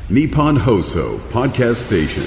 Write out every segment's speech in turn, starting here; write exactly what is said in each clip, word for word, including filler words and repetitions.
Nippon Hoso Podcast Station。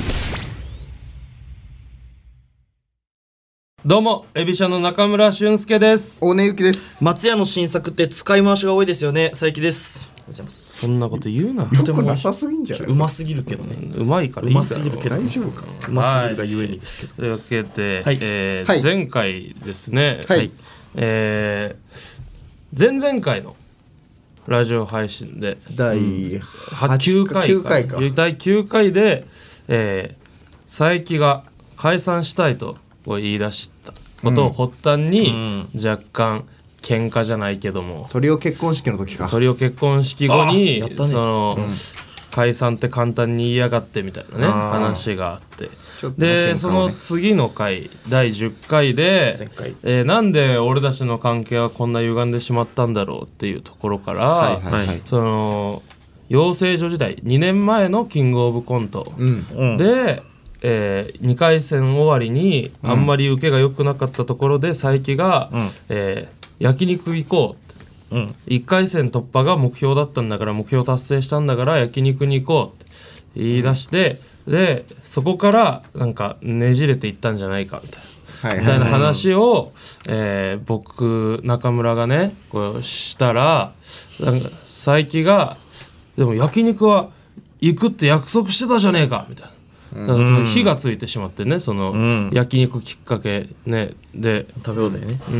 どうもエビシャの中村俊介です。 大根ゆきです。 松屋の新作って使い回しが多いですよね。佐伯です。ありがとうございます。 そんなこと言うな。 よくなさすぎんじゃない。 うますぎるけどね。 うまいからいいだろ。 うますぎるけど大丈夫か。 うますぎるがゆえにですけど。 というわけで、 はいえーはい前回ですね、 はいえー前々回のラジオ配信でだいきゅうかいきゅうかいか。 だいきゅうかいで、えー、佐伯が解散したいと言い出したことを発端に、うん、若干喧嘩じゃないけどもトリオ結婚式の時か。 トリオ結婚式後に、 ね、 その、うん、解散って簡単に言いやがってみたいなね話があって、 ちょっとね、 で、 ね、 その次の回だいじゅっかいで前回、 えー、なんで俺たちの関係はこんな歪んでしまったんだろうっていうところから、 はいはいはい、 その養成所時代にねんまえのキングオブコントで、うんえー、にかい戦終わりにあんまり受けが良くなかったところで佐伯が、うんえー、焼肉行こうって、うん、いっかい戦突破が目標だったんだから目標達成したんだから焼肉に行こうって言い出して、うん、でそこからなんかねじれていったんじゃないかみたいな、はいはい、みたいな話を、えー、僕中村がねこうしたらなんか佐伯がでも焼肉は行くって約束してたじゃねえかみたいな。だからその火がついてしまってねその焼肉きっかけねで食べようだよね、 うん、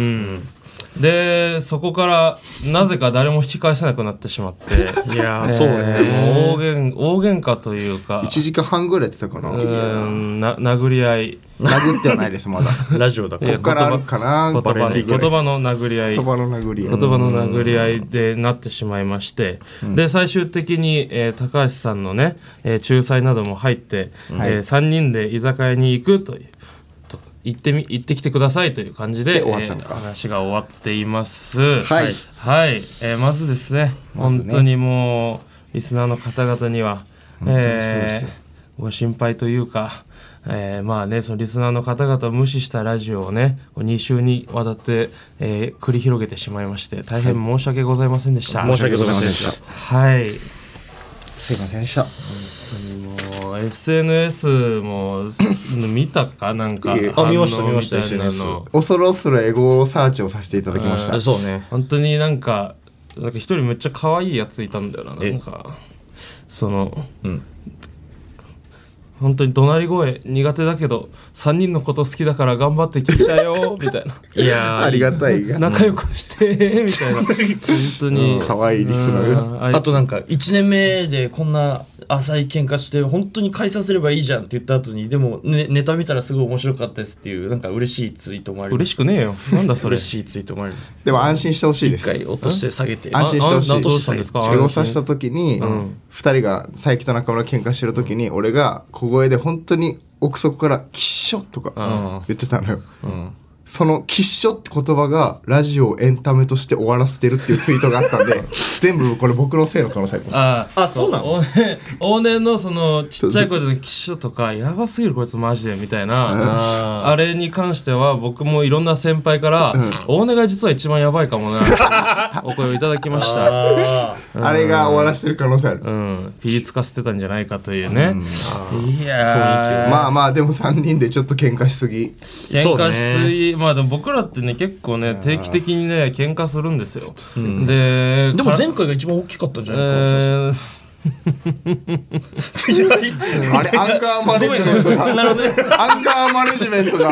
でそこからなぜか誰も引き返せなくなってしまっていやーそうね大喧大喧嘩というかいちじかんはんぐらいやってたかな。 うんな殴り合い殴ってはないですまだラジオだからここからあるかな。 言葉言葉の殴り合い言葉の殴り合い言葉の殴り合いでなってしまいまして、うん、で最終的に、えー、高橋さんのね、えー、仲裁なども入って、はいえー、さんにんで居酒屋に行くというと行ってみ行ってきてくださいという感じで、 終わったのか、 えー、話が終わっています。 はい、 はいえー、まずですね、まずね本当にもうリスナーの方々には、えー、ご心配というかえー、まあねそのリスナーの方々を無視したラジオをねに週にわたって、えー、繰り広げてしまいまして大変申し訳ございませんでした、 はい、申し訳ございませんでした。 はいすいませんでした。 本当にもう エスエヌエス も見たかなんかあ見ました見ました エスエヌエス恐る恐るエゴサーチをさせていただきました。 そうね本当になんかなんか一人めっちゃ可愛いやついたんだよななんかその、うん本当に怒鳴り声苦手だけどさんにんのこと好きだから頑張って聞いたよみたいないやありがたい仲良くしてみたいな本当に可愛いリスナーがあとなんかいちねんめでこんな浅い喧嘩して本当に解散すればいいじゃんって言った後にでも、ね、ネタ見たらすごい面白かったですっていうなんか嬉しいツイートもあります。 嬉しくねえよなんだそれ嬉しいツイートもあります。 でも安心してほしいです。 一回落として下げて安心してほしい。 どうしたんですか。 エゴサした時に、うん、ふたりが佐伯と中村喧嘩してる時に、うん、俺が小声で本当に奥底から「きっしょ」とか言ってたのよ、うん、その「きっしょ」って言葉がラジオをエンタメとして終わらせてるっていうツイートがあったんで全部これ僕のせいの可能性あります。 ああそうなの。 往年のそのちっちゃい声での「きっしょ」とかやばすぎるこいつマジでみたいなあれに関しては僕もいろんな先輩から「往年が実は一番やばいかもな」お声をいただきました。 あ, あれが終わらせてる可能性ある。 うんピリつかせてたんじゃないかというね、うん、いやまあまあでもさんにんでちょっと喧嘩しすぎ喧嘩しすぎ、ね、まあでも僕らってね結構ね定期的にね喧嘩するんですよ、うん、で, でも前回が一番大きかったんじゃないか、えーあれアンガーマネジメントが、ね、アンガーマネジメントが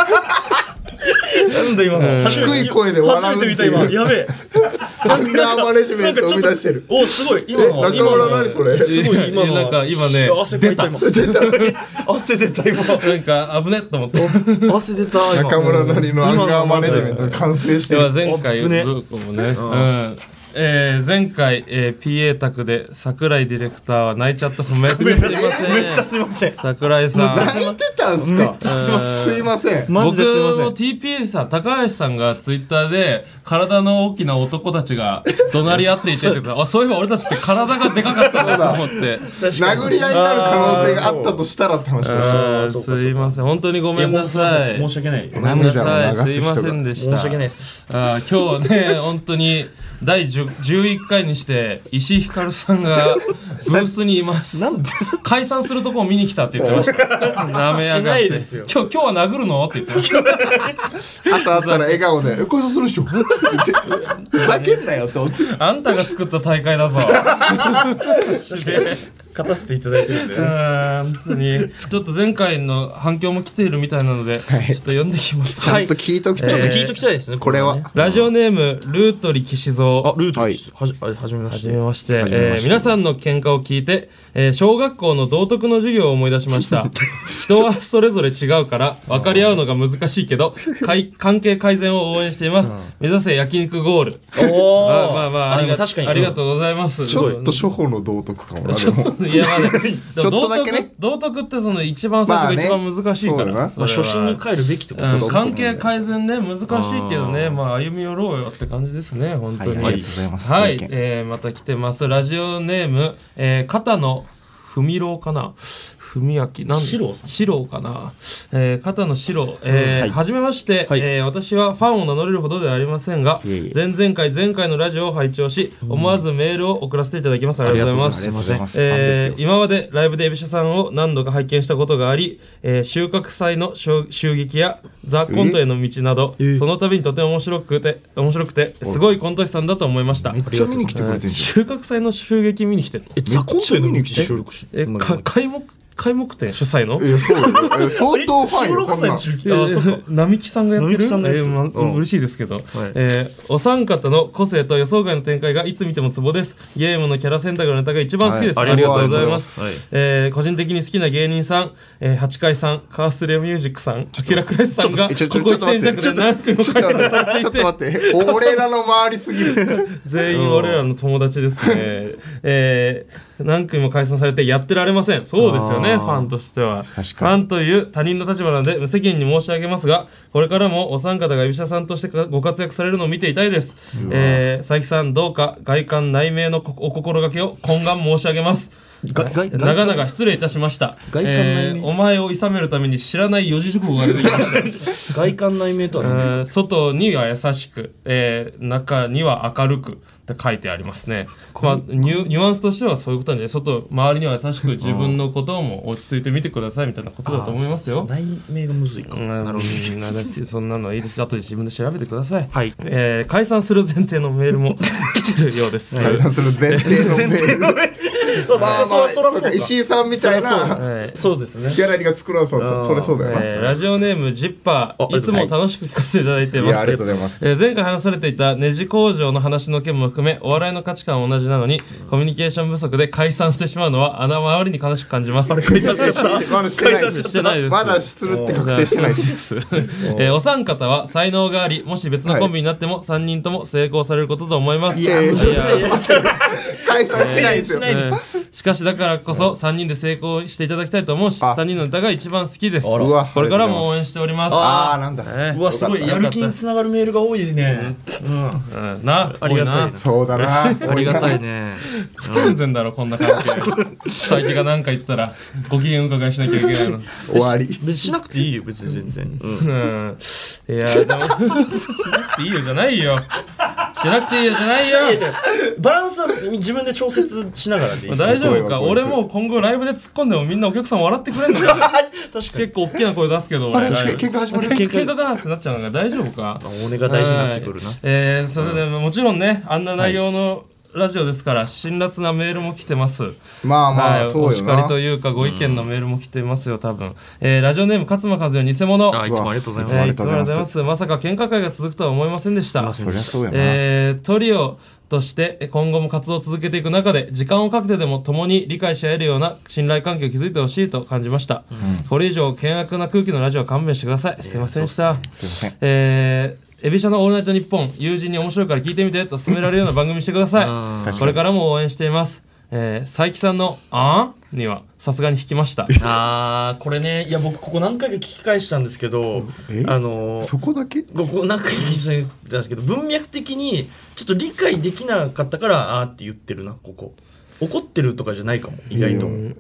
なんだ今の低い声で笑うっていうやべえアンガーマネジメントを生み出してる。 おすごい今の中村何それすごい今のなんか今ね汗出た汗出た今なんか危ねっと思って汗出た今中村なりのアンガーマネジメントが完成してる。 前回僕もねうんえー、前回、えー、ピーエー 宅で桜井ディレクターは泣いちゃったそうめっちゃすいませんめっちゃすいません桜井さん泣いてたんすか。 めっちゃすいませんすいませんマジですいません。 僕も ティーピーエー さん高橋さんがツイッターで体の大きな男たちが怒鳴り合っていてあそういえば俺たちって体がでかかったなと思って殴り合いになる可能性があったとしたらって話でした。すいません本当にごめんなさい。 申し訳ないごめんなさいすいませんでした。 申し訳ないです。 あ今日ね本当にだいじゅじゅじゅういっかいにして石井ひかるさんがブースにいます解散するとこを見に来たって言ってましたなめやがって今日今日は殴るのって言ってました朝会ったら笑顔で「え解散するっしょ」ふざけんなよって思ってあんたが作った大会だぞ勝たせていただいてるんで、ね、 本当にちょっと前回の反響も来ているみたいなので、はい、ちょっと読んできます。 ちゃんと聞いときたい、 ちょっと聞いときたいですね。 これはラジオネームルートリ騎士像。 あ、ルートリ騎士、はい、はじめまして。 はじめまして。えー、皆さんの喧嘩を聞いて、えー、小学校の道徳の授業を思い出しました。人はそれぞれ違うから分かり合うのが難しいけど、関係改善を応援しています。目指せ焼肉ゴール。 おー、 まあまあまあありが確かにありがとうございます。 ちょっと初歩の道徳かもな。 いやまあね、 ちょっとだけね、 道徳ってその一番最初が一番難しいから、 まあね、 まあ初心に帰るべきってこと、 うん、関係改善ね難しいけどね、まあ歩み寄ろうよって感じですね本当に。 はい、ありがとうございます。 はい、えー、また来てます。ラジオネーム、えー、肩のふみろうかな。文明なんで白さん白かな、えー、肩の白、えーうんはい、 はじめまして、はい、えー、私はファンを名乗れるほどではありませんが、いえいえ前々回前回のラジオを拝聴し、うん、思わずメールを送らせていただきます。ありがとうございます。えー、今までライブでエビシャさんを何度か拝見したことがあり、えー、収穫祭の襲撃やザ・コントへの道など、その度にとても面白くて面白くてすごいコント師さんだと思いました。 めっちゃ見に来てくれてるんじゃん。 収穫祭の襲撃見に来てるの。 えザ・コントへの道収録しえか開幕開幕店主催の、 いやそうよ、え相当ファンよこんなん。 並木さんがやってる、 並木さんのやつ、 えーまうん、嬉しいですけど、はい、えー、お三方の個性と予想外の展開がいつ見てもツボです。ゲームのキャラ選択のネタが一番好きです、はい、ありがとうございます。はい、えー、個人的に好きな芸人さん、えー、はちかいさん、カーステレオミュージックさん、アキラクラシさんがここいちねん弱で何組も解決されていて、 ちょっと待って俺らの周りすぎる全員俺らの友達ですね。えー、何組も解散されてやってられません。そうですよね、ファンとしては。ファンという他人の立場なので無責任に申し上げますが、これからもお三方がエビシャさんとしてご活躍されるのを見ていたいです。えー、佐伯さんどうか外観内面のお心がけを懇願申し上げます。長々失礼いたしました。外観内面、えー、お前を諌めるために知らない四字熟語が出てきました外観内面とは何ですか？えー、 外には優しく、えー、中には明るくって書いてありますね。まあ、ニュ、ニュアンスとしてはそういうことなんで、外周りには優しく自分のことも落ち着いて見てくださいみたいなことだと思いますよ。 内面がむずいか。 なるほど。そんなのはいいです。後で自分で調べてください。 はい。 えー、解散する前提のメールも来てるようです。 解散する前提のメール。まあまあ、そらそうか。石井さんみたいなそうですね。 ギャラリーが作らそうと、それそうだよな。 えー、ラジオネームジッパー、いつも楽しく聞かせていただいてます。 いや、ありがとうございます。 えー、前回話されていたネジ工場の話の件も含め、お笑いの価値観は同じなのに、コミュニケーション不足で解散してしまうのは、あの周りに悲しく感じます。 解散してないしてないです。 まだするって確定してないです。 えー、お三方は才能があり、もし別のコンビになってもさんにんとも成功されることと思います。 いやいや、解散しないですよ。 しかしだからこそさんにんで成功していただきたいと思うし、さんにんの歌が一番好きです。これからも応援しております。 ああ、なんだ。 うわ、すごいやる気につながるメールが多いですね。 うん、な、 ありがたい。 そうだな。 ありがたいね。 不健全だろこんな感じで。佐伯が何か言ったらご機嫌伺いしなきゃいけないの。 終わり。 別にしなくていいよ別に全然。 うん。いやでもしなくていいよじゃないよ。しなくていいよじゃないよ。 バランスは自分で調節しながらでいい。 大丈夫か。俺も今後ライブで突っ込んでもみんなお客さん笑ってくれんのか。確かに結構大きな声出すけど。 あれ喧嘩始まる。 喧嘩だってなっちゃうのが大丈夫か。 お願が大事になってくるな。 えー、それでもちろんねあんな内容のラジオですから辛辣なメールも来てます。 まあまあ、そうよな。 お叱りというかご意見のメールも来てますよ多分。えー、ラジオネーム勝間和代偽物。 あ、いつもありがとうございます。 えー、いつもありがとうございます。まさか喧嘩会が続くとは思いませんでした。 そりゃそうやな。 えー、トリオとして今後も活動を続けていく中で時間をかけてでも共に理解し合えるような信頼関係を築いてほしいと感じました、うん、これ以上険悪な空気のラジオは勘弁してください。すいませんでした。 すいません。 えーエビシャのオールナイトニッポン友人に面白いから聞いてみてと勧められるような番組にしてください。これからも応援しています。えー、佐伯さんのあーにはさすがに引きました。 あーこれねいや僕ここ何回か聞き返したんですけどあのー、 そこだけここ何回か聞き返したんですけど文脈的にちょっと理解できなかったからあーって言ってるな。ここ怒ってるとかじゃないかも意外と。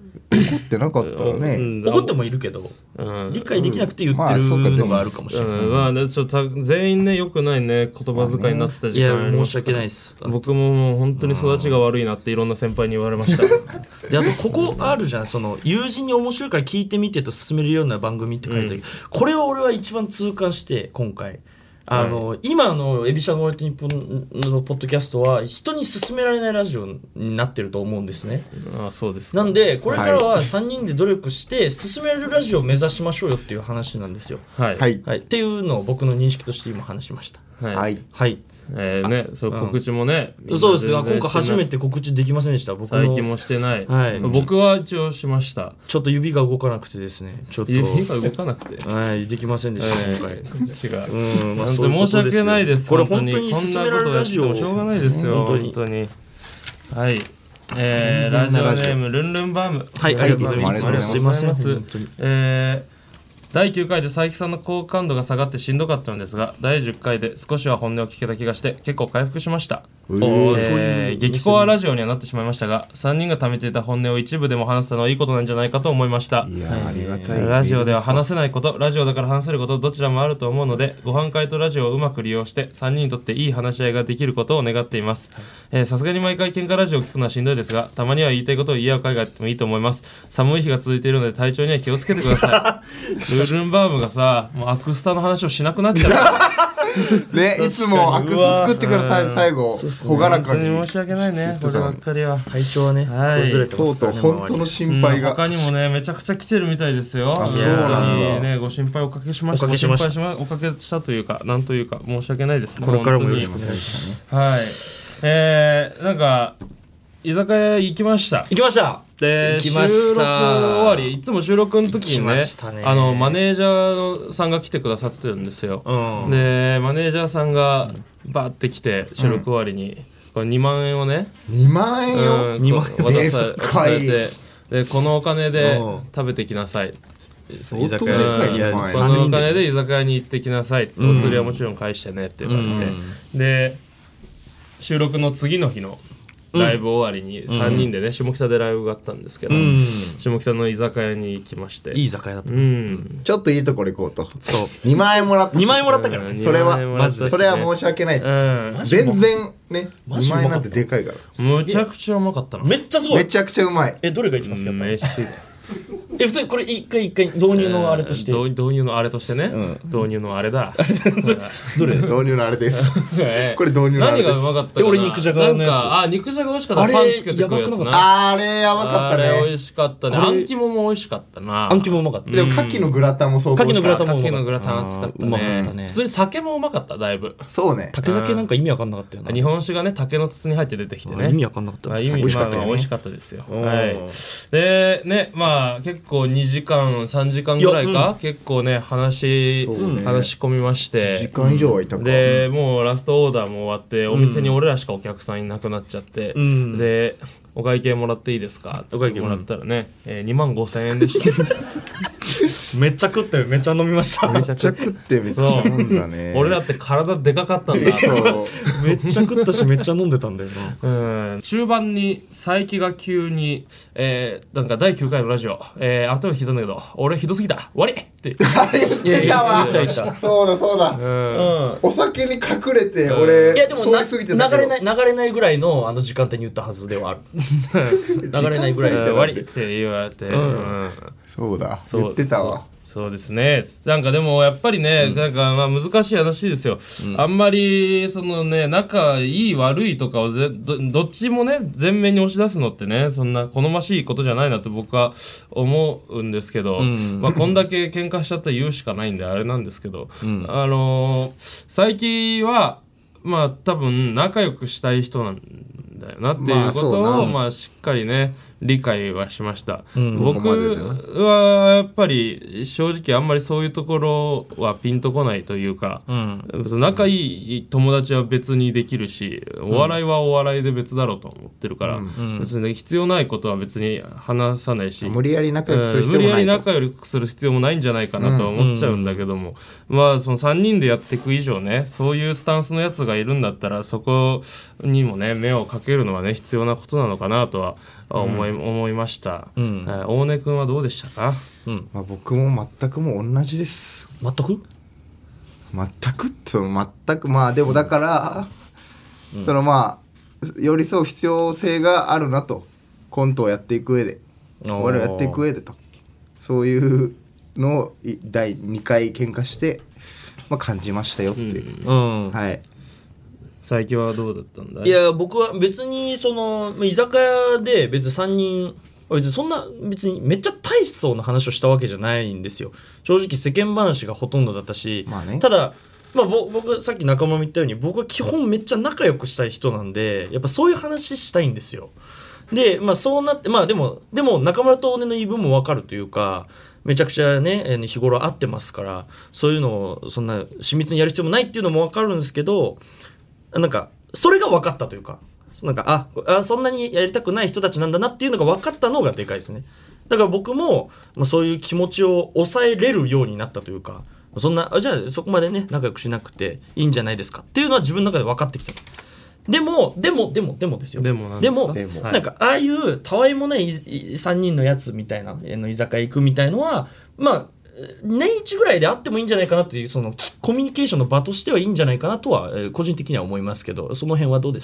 怒ってなかったらね、 うん、 怒ってもいるけど、うん、理解できなくて言ってるのがあるかもしれない、 うんまあね、ちょっと全員ね良くないね言葉遣いになってた時間あります、 いや申し訳ないです。 僕ももう本当に育ちが悪いなっていろんな先輩に言われましたであとここあるじゃん、その友人に面白いから聞いてみてと勧めるような番組って書いてある、うん、これを俺は一番痛感して今回あの、はい、今のエビシャゴールドニッポンのポッドキャストは人に勧められないラジオになってると思うんですね。 ああそうですなんでこれからはさんにんで努力して勧められるラジオを目指しましょうよっていう話なんですよ。 はい、 はいはい、っていうのを僕の認識として今話しました。 はい、 はいえーね、そう告知もね、 うん、そうですが今回初めて告知できませんでした。僕の最近もしてない、 はい、 僕は一応しました。 ちょっと指が動かなくてですね、ちょっと指が動かなくてはいできませんでした、 えー、 今回違う、うんまあ、そういうことですよ。申し訳ないです。 これ本当に勧められるラジオしょうがないですよ本当に。はい、えー、ラジオネームルンルンバーム、 はい、ありがとうございます。 ありがとうございます。えーだいきゅうかいで佐伯さんの好感度が下がってしんどかったのですが、だいじゅっかいで少しは本音を聞けた気がして結構回復しました。えー、激コアラジオにはなってしまいましたが、さんにんが貯めていた本音を一部でも話せたのはいいことなんじゃないかと思いました。 いやありがたい。 ラジオでは話せないこと、ラジオだから話せること、どちらもあると思うので、ご飯会とラジオをうまく利用してさんにんにとっていい話し合いができることを願っています。さすがに毎回喧嘩ラジオを聞くのはしんどいですが、たまには言いたいことを言い合う会があってもいいと思います。寒い日が続いているので体調には気をつけてください。ルルンバームがさもうアクスタの話をしなくなっちゃったね、いつもアクス作ってください。最後朗らかに申し訳ないね、こればっかりは。 体調はね、 はい、 とうとう本当の心配が、 うん、他にもねめちゃくちゃ来てるみたいですよ。 あ、そうなんだ。 ね、ご心配おかけしました。 おかけしました。 おかけしたというかなんというか申し訳ないですね。 これからもよろしくお願いしますね。 はい、えー、なんか居酒屋行きました行きましたで収録終わりいつも収録の時に ね, ねあのマネージャーさんが来てくださってるんですよ、うん、でマネージャーさんがバーって来て収録終わりに、うん、これにまんえんをねにまんえんを、 うん、にまんえん渡されてでこのお金で食べてきなさい、 相当でかいね、 このお金で居酒屋に行ってきなさいって、うん、お釣りはもちろん返してねって言われて、うん、で収録の次の日のライブ終わりにさんにんでね、うん、下北でライブがあったんですけど、うん、下北の居酒屋に行きまして、 いい居酒屋だった、 うん、 ちょっといいところ行こうと。 そうにまんえんもらったしにまんえんもらったから、ね、 それはマジでそれは申し訳ない、うん、全然ねにまんえんなんてでかいからむちゃくちゃうまかったの。 めっちゃすごい、 めちゃくちゃうまい。 えどれが一番好きだったの？ 飯え普通にこれ一回一回導入のあれとして、 えー、導入のあれとしてね、うん、導入のあれだどれ導入のあれですこれ導入のあれです。 何がうまかったかな。 俺肉じゃがのやつ。 あ肉じゃが美味しかった。パンつけてくるやつな。 あれやばかったね。 あれ美味しかったね。あん肝も美味しかったな。 あん肝もうまかった。 でも牡蠣のグラタンもそうそう。 牡蠣のグラタンも牡蠣のグラタン熱かったね。 うまかったね。 普通に酒もうまかっただいぶ。 そうね。 竹酒なんか意味わかんなかったよな。 日本酒がね竹の筒に入って出てきてね。 意味わかんなかった。 意味まあ美味しかったですよ。はい。でねまあ結構にじかんさんじかんぐらいか、うん、結構ね話、ね、話し込みまして時間以上はいたか。 でもうラストオーダーも終わってお店に俺らしかお客さんいなくなっちゃって、うん、でお会計もらっていいですかって言ってもらったらね、うんえー、にまんごせんえんでしためっちゃ食ってめっちゃ飲みました。 めっちゃ食ってめっちゃ飲んだね。 俺だって体でかかったんだそうめっちゃ食ったしめっちゃ飲んでたんだよな。 うん中盤に佐伯が急に、えー、なんかだいきゅうかいのラジオ、えー、頭聞いたんだけど俺ひどすぎた終わりって言ってたわ。そうだそうだ、うん、お酒に隠れて俺、うん、いやでもな流れない流れないぐらいのあの時間帯に言ったはずではある流れないぐらい終わりって言われて、うんうん、 そうだ言ってたわ。 そうですね。なんかでもやっぱりね、うん、なんかまあ難しい話ですよ、うん、あんまりそのね仲いい悪いとかをぜ ど, どっちもね前面に押し出すのってねそんな好ましいことじゃないなと僕は思うんですけど、うん、まあこんだけ喧嘩しちゃったら言うしかないんであれなんですけど、うん、あのー、最近はまあ多分仲良くしたい人なんだよなっていうことを、まあ、まあしっかりね理解はしました、うん、僕はやっぱり正直あんまりそういうところはピンとこないというか、うん、仲いい友達は別にできるしお笑いはお笑いで別だろうと思ってるから、うん、別に必要ないことは別に話さないし無理やり仲良くする必要もないと、 無理やり仲良くする必要もないんじゃないかなとは思っちゃうんだけども、うん、まあそのさんにんでやっていく以上ねそういうスタンスのやつがいるんだったらそこにもね目をかけるのはね必要なことなのかなとは思い、うん、思いました、うん、大根くんはどうでしたか？ うん、まあ、僕も全くもう同じです。 全く全くその全くまあでもだから、うん、そのまあ寄り添う必要性があるなと、コントをやっていく上で我々やっていく上でと、そういうのをだいにかい喧嘩して、まあ、感じましたよっていう、うんうん、はい。 佐伯はどうだったんだい？ いや僕は別にその居酒屋で別にさんにん別にそんな別にめっちゃ大層な話をしたわけじゃないんですよ。正直世間話がほとんどだったし、まあね、ただ、まあ、僕さっき中村も言ったように僕は基本めっちゃ仲良くしたい人なんで、やっぱそういう話したいんですよ。でまあそうなってまあでもでも中村と大根の言い分も分かるというか、めちゃくちゃね日頃会ってますから、そういうのをそんな親密にやる必要もないっていうのも分かるんですけど、なんかそれが分かったというか、なんかああそんなにやりたくない人たちなんだなっていうのが分かったのがでかいですね。だから僕も、まあ、そういう気持ちを抑えれるようになったというか、そんなあじゃあそこまでね仲良くしなくていいんじゃないですかっていうのは自分の中で分かってきた。でもでもでもでもですよ。 でもなんですか？ でもなんかああいうたわいもないさんにんのやつみたいなの居酒屋行くみたいのはまあ年一ぐらいであってもいいんじゃないかなっていう、そのコミュニケーションの場としてはいいんじゃないかなとは個人的には思いますけど、その辺はどうです？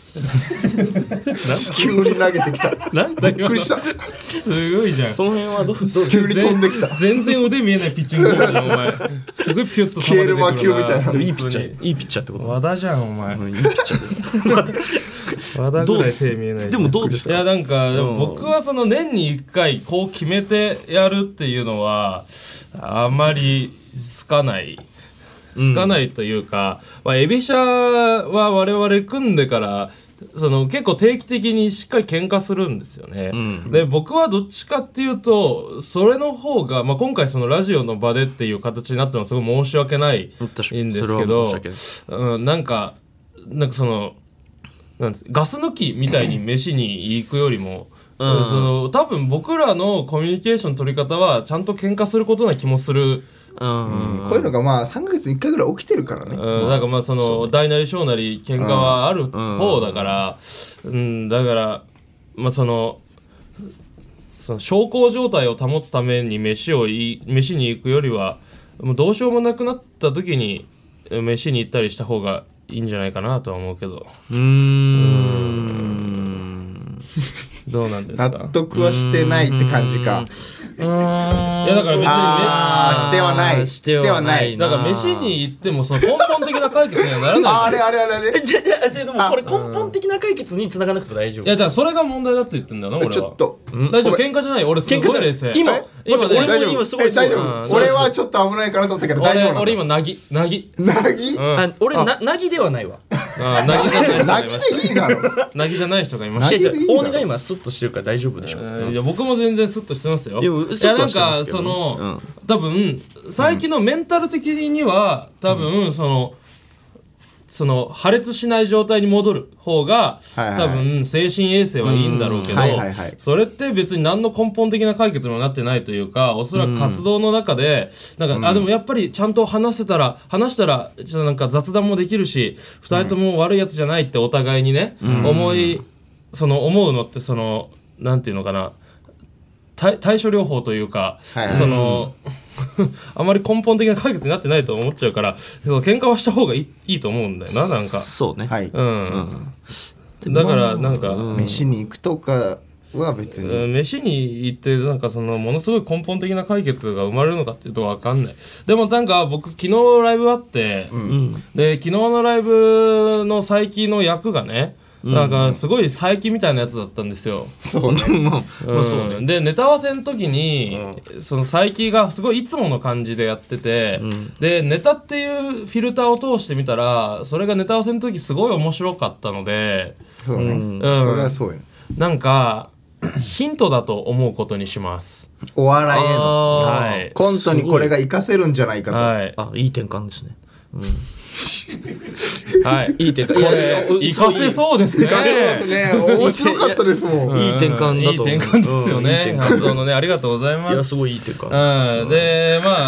急に投げてきた。 なんだびっくりした。すごいじゃん。 その辺はどう急に飛んできた。 全然腕見えないピッチングだじゃんお前。すごいピュッと消える魔球みたいな。 いいピッチャーいいピッチャーってこと。 和田じゃんお前。いいピッチャー。和田ぐらい手見えない。 でもどうですか？ いやなんかでも僕はその年にいっかいこう決めてやるっていうのはあんまり好かない。つかないというか、まあ、エビシャは我々組んでからその結構定期的にしっかり喧嘩するんですよね、うん、で僕はどっちかっていうとそれの方が、まあ、今回そのラジオの場でっていう形になったのはすごい申し訳ないんですけど、うん、なんかなんかそのなんですガス抜きみたいに飯に行くよりもうん、その多分僕らのコミュニケーション取り方はちゃんと喧嘩することな気もする。 うんうん、こういうのがまあさんかげつにいっかいぐらい起きてるからね、 うん、なんかまあそのそ大なり小なり喧嘩はある方だから、うん、うん、だからまあそのその小康状態を保つために飯をい飯に行くよりはもうどうしようもなくなった時に飯に行ったりした方がいいんじゃないかなとは思うけど、うーん、うーんどうなんですか？ 納得はしてないって感じか。 うーん、いやだから別にね、 あーしてはないしてはないだから飯に行ってもその根本的な解決にはならない。 あれあれあれあれじゃじゃでもこれ根本的な解決に繋がなくても大丈夫。 いやだからそれが問題だって言ってんだよな俺は。ちょっと大丈夫、喧嘩じゃない。俺すごい冷静。 今今俺も今すごい大丈夫。俺はちょっと危ないかなと思ったけど大丈夫なの。 俺今なぎなぎなぎ、 俺ななぎではないわ。 あなぎじゃない人なぎでいいだろ。 なぎじゃない人がいました。 大根が今スッとしてるから大丈夫でしょ。 いや僕も全然スッとしてますよ。いやなんかその多分最近のメンタル的には多分そのその破裂しない状態に戻る方が多分精神衛生はいいんだろうけど、それって別に何の根本的な解決にもなってないというか、おそらく活動の中でなんかあでもやっぱりちゃんと話せたら話したらなんか雑談もできるしふたりとも悪いやつじゃないってお互いにね思いその思うのってそのなんていうのかな対処療法というか、はいはい、そのあまり根本的な解決になってないと思っちゃうから喧嘩はした方がい い, いいと思うんだよな。なんかそうね、 はい、 うんうん、だからなんか、 うん、飯に行くとかは別に、 うん、飯に行ってなんかそのものすごい根本的な解決が生まれるのかっていうと分かんない。でもなんか僕昨日ライブあって、うん、で昨日のライブの佐伯の役がねなんかすごい佐伯みたいなやつだったんですよ。 そうね、 うんそうね。でネタ合わせの時に、うん、その佐伯がすごいいつもの感じでやってて、うん、でネタっていうフィルターを通してみたらそれがネタ合わせの時すごい面白かったので、 そうね、うん、それはそうよ。 なんかヒントだと思うことにします。 お笑いへの、はい、コントにこれが活かせるんじゃないかと。 はい、あいい転換ですね。うんはい、 いい転換。 これ活かせそうですね。 活かせそうですね。面白かったですもん。 いい転換だと。 いい転換ですよね。発想のねありがとうございます。 いやすごいいい転換。 うん、でまあ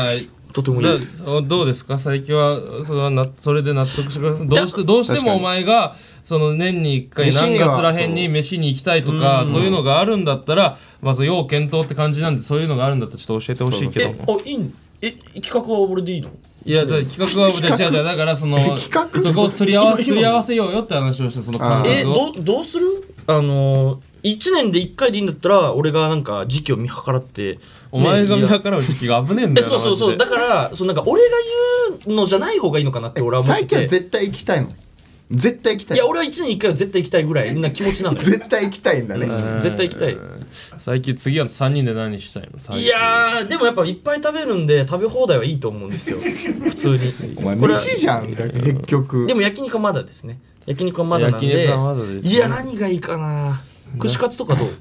とてもいい。 だどうですか最近はそれはなそれで納得してくれるどうしてどうしてもお前がその年にいっかい何月らへんに飯に行きたいとかそういうのがあるんだったらまず要検討って感じなんでそういうのがあるんだったらちょっと教えてほしいけども。 えあいいんえ企画は俺でいいの？ いやだ企画は違う違うだからそのそこをすり合わせすり合わせようよって話をしてその感え覚をどどうする？あのいちねんでいっかいでいいんだったら俺がなんか時期を見計らってお前が見計らう時期が危ねえんだよなそうそうそうだからそのなんか俺が言うのじゃない方がいいのかなって俺は思ってて最近は絶対行きたいの絶対行きたいいや俺はいちねんにいっかいは絶対行きたいぐらいな気持ちなのよ絶対行きたいんだね、 うん絶対行きたい最近次はさんにんで何したいの最近いやーでもやっぱいっぱい食べるんで食べ放題はいいと思うんですよ普通にお前これは飯じゃん結局でも焼肉はまだですね焼肉はまだなんで焼肉はまだですねいや何がいいかな串カツとかどう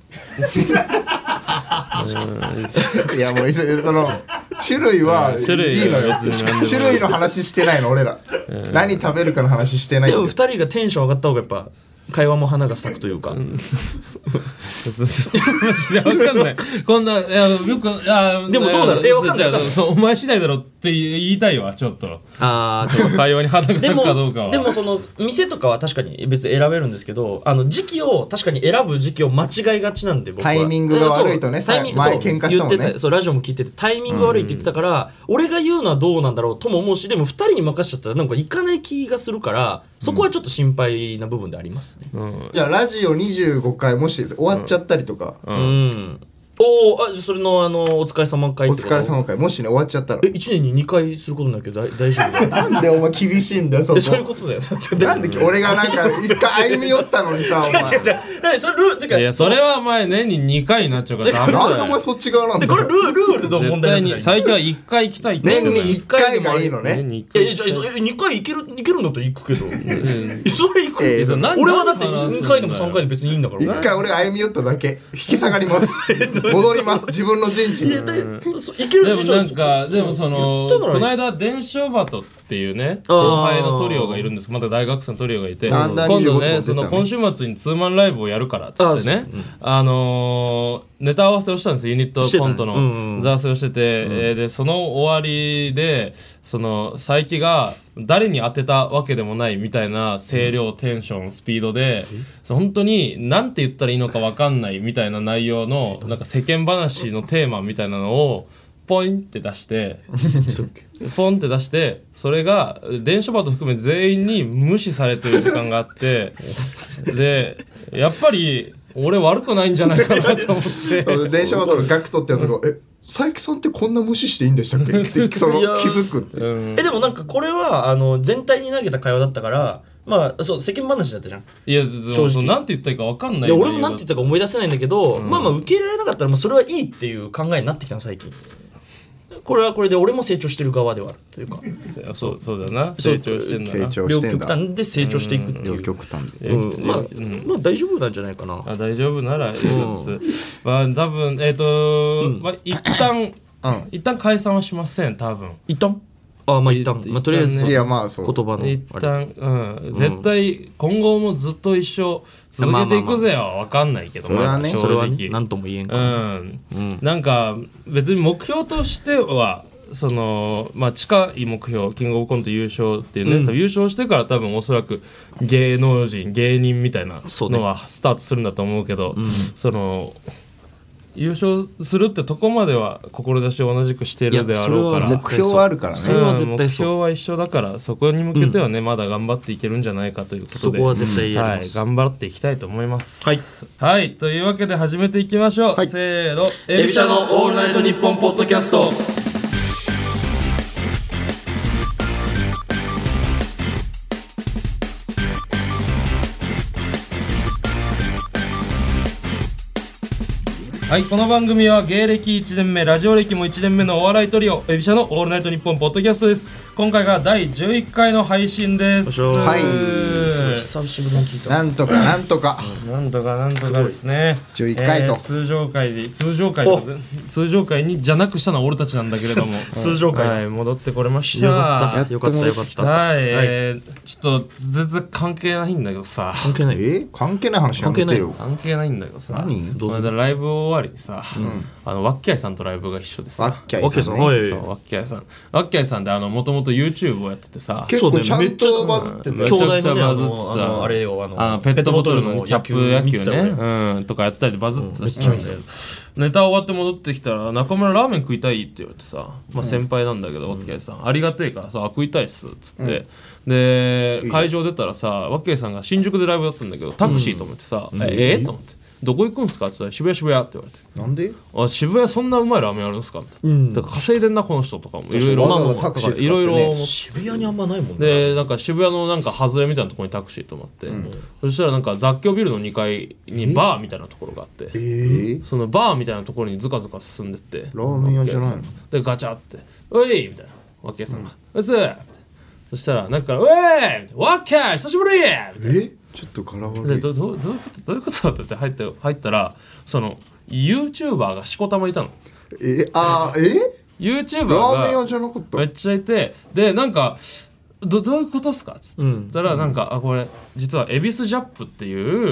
いやもうその種類はい種類いのよ別に何でも種類の話してないの俺ら何食べるかの話してないんだよでもふたりがテンション上がった方がやっぱ会話も花が咲くというか、 そうそうマジで分かんないこんないやよくいやでもどうだろうえ分かんないじゃあそうお前次第だろって言いたいわちょっとあー会話に花がで咲くかどうもかはでもその店とかは確かに別に選べるんですけどあの時期を確かに選ぶ時期を間違いがちなんで僕はタイミングが悪いとねそうタイミング前そう喧嘩したもんね言ってたそうラジオも聞いててタイミング悪いって言ってたから、俺が言うのはどうなんだろうとも思うしでもふたりに任せちゃったらなんか行かない気がするからそこはちょっと心配な部分でありますねじゃあラジオにじゅうごかいもし終わっちゃったりとか、 うん、うんおーあそれのあのお疲れ様会おってこと疲れ様会もしね終わっちゃったらえいちねんににかいすることになるけど大大丈夫だよなんでお前厳しいんだよそこえそういうことだよなんで俺がなんか一回歩み寄ったのにさお前違う違う違うだってそれルールてかいやそれはお前年ににかいになっちゃうからダメだよなんでお前そっち側なんだよでこれルールルールの問絶対に題なんじゃない最近はいっかい行きたいって年にいっかいがいいのね年にいっかいえじゃあえにかい行ける行けるんだったら行くけどえそれ行く、 えーそうなん俺はだって何の話にかいでもさんかいで別にいいんだから一回俺が歩み寄っただけ引き下がります戻ります自分の陣地にいやだそ行けるでもなんかでもその言ったならこの間伝承バトっていうねあー後輩のトリオがいるんですまだ大学生のトリオがいてアンダーにじゅうご今度ねとか出たねその今週末にツーマンライブをやるからっつってねあのーネタ合わせをしたんですよユニットコントのしてたねうんうんネタ合わせをしててえーでその終わりでその佐伯が誰に当てたわけでもないみたいな声量テンションスピードで本当に何て言ったらいいのか分かんないみたいな内容のなんか世間話のテーマみたいなのをポインって出してポンって出してそれが電書バト含め全員に無視されてる時間があってでやっぱり俺悪くないんじゃないかなと思って電車バトルガクトってやつが「え佐伯さんってこんな無視していいんでしたっけ?」ってそのいや気づくってうんえでもなんかこれはあの全体に投げた会話だったからまあそう世間話だったじゃんいや正直正直なんて言ったらいいか分かんないいや俺もなんて言ったか思い出せないんだけど、まあまあ受け入れられなかったらまあそれはいいっていう考えになってきたの最近これはこれで俺も成長してる側ではあるというかそうそうだよなそう成長してんだ成な両長してんだ極端で成長していくってい両う、 極端でうん、まあ、 うんまあ大丈夫なんじゃないかなあ大丈夫ならいいです、まあ多分えっ、と、まあ一旦、 うん一旦解散はしません多分一旦あまあ一旦一まあとりあえず一旦ねいやまあそう言葉のあれ一旦うん絶対今後もずっと一生続けていくぜは分かんないけどそれはねまあそれはね正直何とも言えんかうら、 んうんなんか別に目標としてはそのまあ近い目標キングオブコント優勝っていうね、 うん多分優勝してから多分おそらく芸能人芸人みたいなそうねのはスタートするんだと思うけどうんその優勝するってとこまでは志を同じくしているであろうからいやそれは目標はあるからねそれは絶対目そう標は一緒だからそこに向けてはね、まだ頑張っていけるんじゃないかということでそこは絶対やりはい、 ます、 頑張っていきたいと思いますはい、 はい、というわけで始めていきましょう、 はいせーのエビシャのオールナイトニッポンポッドキャストはい、この番組は芸歴いちねんめラジオ歴もいちねんめのお笑いトリオエビシャのオールナイトニッポンポッドキャストです。今回がだいじゅういっかいの配信です。 はいよ久しぶりに聞いた。 なんとかなんとかなんとかなんとかですね。 じゅういっかいとえー通常回で通常回と通常回にじゃなくしたのは俺たちなんだけれども通常回はい戻ってこれました。 よかやっとったよかったよかった。 はい、えーちょっと全然関係ないんだけどさ関係ない。 え関係ない話やめてよ関係ないんだけどさ何この間ライブ終わりにさ、あのワッキャイさんとライブが一緒でさわっきゃいオッケーさんねさんはいそうワッキャイさんワッキャイさんってあのもともと YouTube をやっててさ結構ちゃんとバズってたよめちゃくちゃ兄弟のねバズってたあのあのあれよあのあのペットボトルのキャップ野球ね、 ね。 うん、とかやったりでバズってたし、ネタ終わって戻ってきたら中村ラーメン食いたいって言われてさ、まあ、先輩なんだけど、ワッケイさんありがてえからさ食いたいっすっつって、で会場出たらさワッケイさんが新宿でライブだったんだけどタクシーと思ってさ、ええと思ってどこ行くんすかって言ったら渋谷渋谷って言われてなんであ渋谷そんなうまいラーメンあるんすかみたいな、だから稼いでんなこの人とかもいろいろわざわざタクシー使ってねいろいろ思って渋谷にあんまないもんね。 でなんか渋谷のなんか外れみたいなところにタクシー止まって、そしたらなんか雑居ビルのにかいにバーみたいなところがあってえそのバーみたいなところにズカズカ進んでってラーメン屋じゃないのでガチャって「おい!」みたいなワッキャイさんが「うっす!」みたいなそしたらなんか「おい!」ワッキャイ久しぶり!」みたいなえちょっと空で悪いどどどういうことどういうことだって言って入って入ったらその YouTuber がしこたまいたのえあーえ YouTuber ラーメン屋がじゃなかっためっちゃいてでなんかどどういうことっすかっつって言ったらなんか、あこれ実は恵比寿ジャップっていう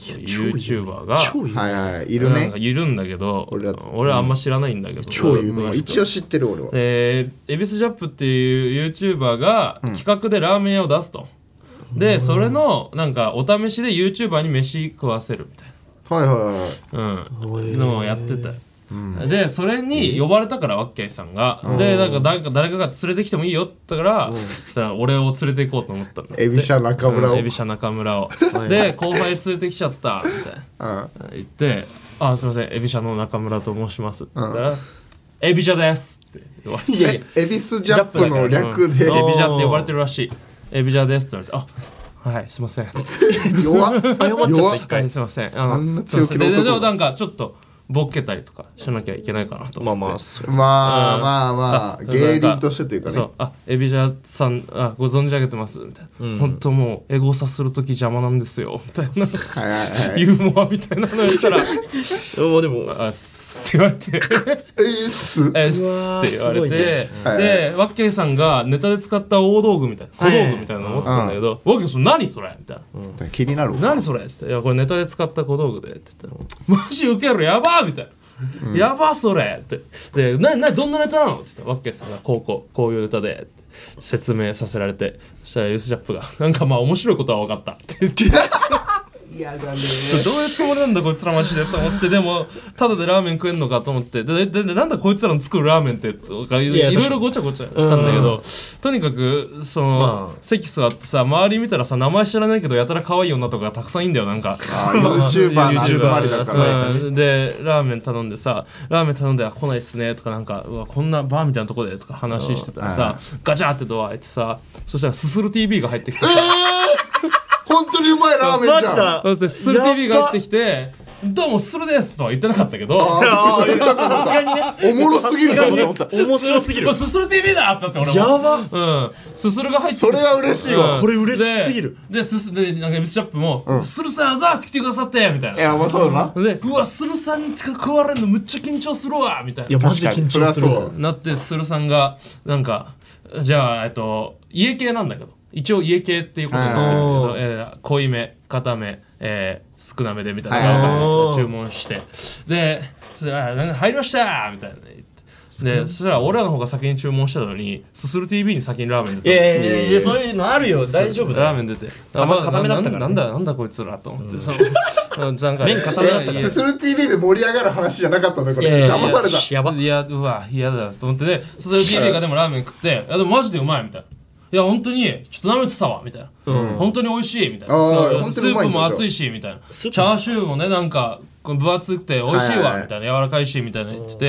YouTuber が超有名。 はいはいいるねなんかいるんだけど俺ら俺はあんま知らないんだけど、 超有名もう一応知ってる俺はで恵比寿ジャップっていう YouTuber が企画でラーメン屋を出すと、でそれのなんかお試しで YouTuber に飯食わせるみたいはいはいはいな、うん、のをやってたよ、でそれに呼ばれたからワッキャイさんが、でなんか誰か誰かが連れてきてもいいよって言ったから、だから俺を連れて行こうと思ったんだってエビシャ中村をうんエビシャ中村をで後輩連れてきちゃったみたいなうん言って「あすいませんエビシャの中村と申します」って言ったら「エビシャです」って言われてえエビスジャップの略でうんエビジャって呼ばれてるらしいエビジャですって言われて「あはいすいません弱っ謝っちゃった弱っ一回。 すいませんあのあんな強気の男でででもなんかちょっとボケたりとかしなきゃいけないかなと思ってまあまあそれまあまあまああ芸人としてというかねそうあエビジャさんあご存じ上げてますみたいな、本当もうエゴサするとき邪魔なんですよみたいなはいはいはいユーモアみたいなの言ったらもうでもあすって言われてえーっすえっすって言われて、 はいでワッケイさんがネタで使った大道具みたいな小道具みたいなの持ってたんだけど、ワッケイさん何それみたいな、 気になるわ何それっつって「いやこれネタで使った小道具で」って言ったら「マジウケるやばー」みたいな。やばそれってでななどんなネタなのって言ったらワッケイさんがこうこうこういうネタでって説明させられてそしたらユースジャップがなんかまあ面白いことは分かったって言って嫌だねどういうつもりなんだこいつらマジでと思ってでもただでラーメン食えんのかと思ってでででなんだこいつらの作るラーメンってとかいいやいろいろごちゃごちゃしたんだけどとにかくその、 まあ席座ってさ周り見たらさ名前知らないけどやたら可愛い女とかがたくさんいんだよなんかあー YouTuber の集まりだからねうんでラーメン頼んでさラーメン頼んであ来ないっすねとかなんかうわこんなバーみたいなとこでとか話してたらさガチャってドア開いてさそしたらすする ティービー が入ってきてさ本当にうまいラーメンじゃんマジだ。 そしてすする ティービー が入ってきてどうもすするですとは言ってなかったけどあーびっくりしただからさおもろすぎるかと思った面白すぎる。 すする ティービー だってなって俺もやば。 うんすするが入ってそれは嬉しいわこれ嬉しすぎるでですすでなんかエビスシャップも「するさんあざーす来てくださって」みたいいなやまあそうだなでうわするさんに食われるのむっちゃ緊張するわみたいないやマジで緊張するわ確かにそれはそう。 なってするさんがなんかじゃあえっと家系なんだけど一応家系っていうことなんだけど、えー濃いめ固め、えー少なめでみたいなのが分かんないけど注文してでそれあなんか入りましたみたいなね言ってでそしたら俺らの方が先に注文してたのにすする ティービー に先にラーメンい出たやいやいやそういうのあるよ大丈夫だよ。 ラーメン出て固まあ固めだったからねなんだなんだこいつらと思って、そのなんか麺固めだったからいやいやすする ティービー で盛り上がる話じゃなかったんだよこれいやいやいや騙されたやば。 いやうわ嫌だと思ってでそれ ティービー がでもラーメン食っていやでもマジでうまいみたいないや本当にちょっと舐めてたわみたいな、本当に美味しいみたいなあーだから本ス当にうまいんだープも熱いしみたいなチスープャーシューもねなんか分厚くて美味しいはいはいはいわみたいな柔らかいしみたいな言ってて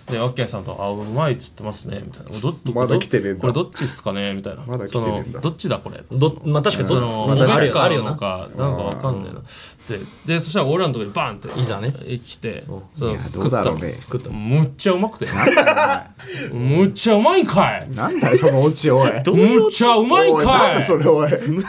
でワッキャイさんと「あうまいっつってますね」みたいな「どどまだ来てねえんだこれどっちっすかね」みたいなまだ来てねえんだそのどっちだこれどまあ確かにそのまああるよあるあるよなのかなんかわかんないなででそしたら俺らのところにバンっていざね来てそいやどうだろうね食ったむっちゃうまくてむっちゃうまいんかいなんだよそのオチおいむっちゃうまいんおいなんかいだそれおいと思って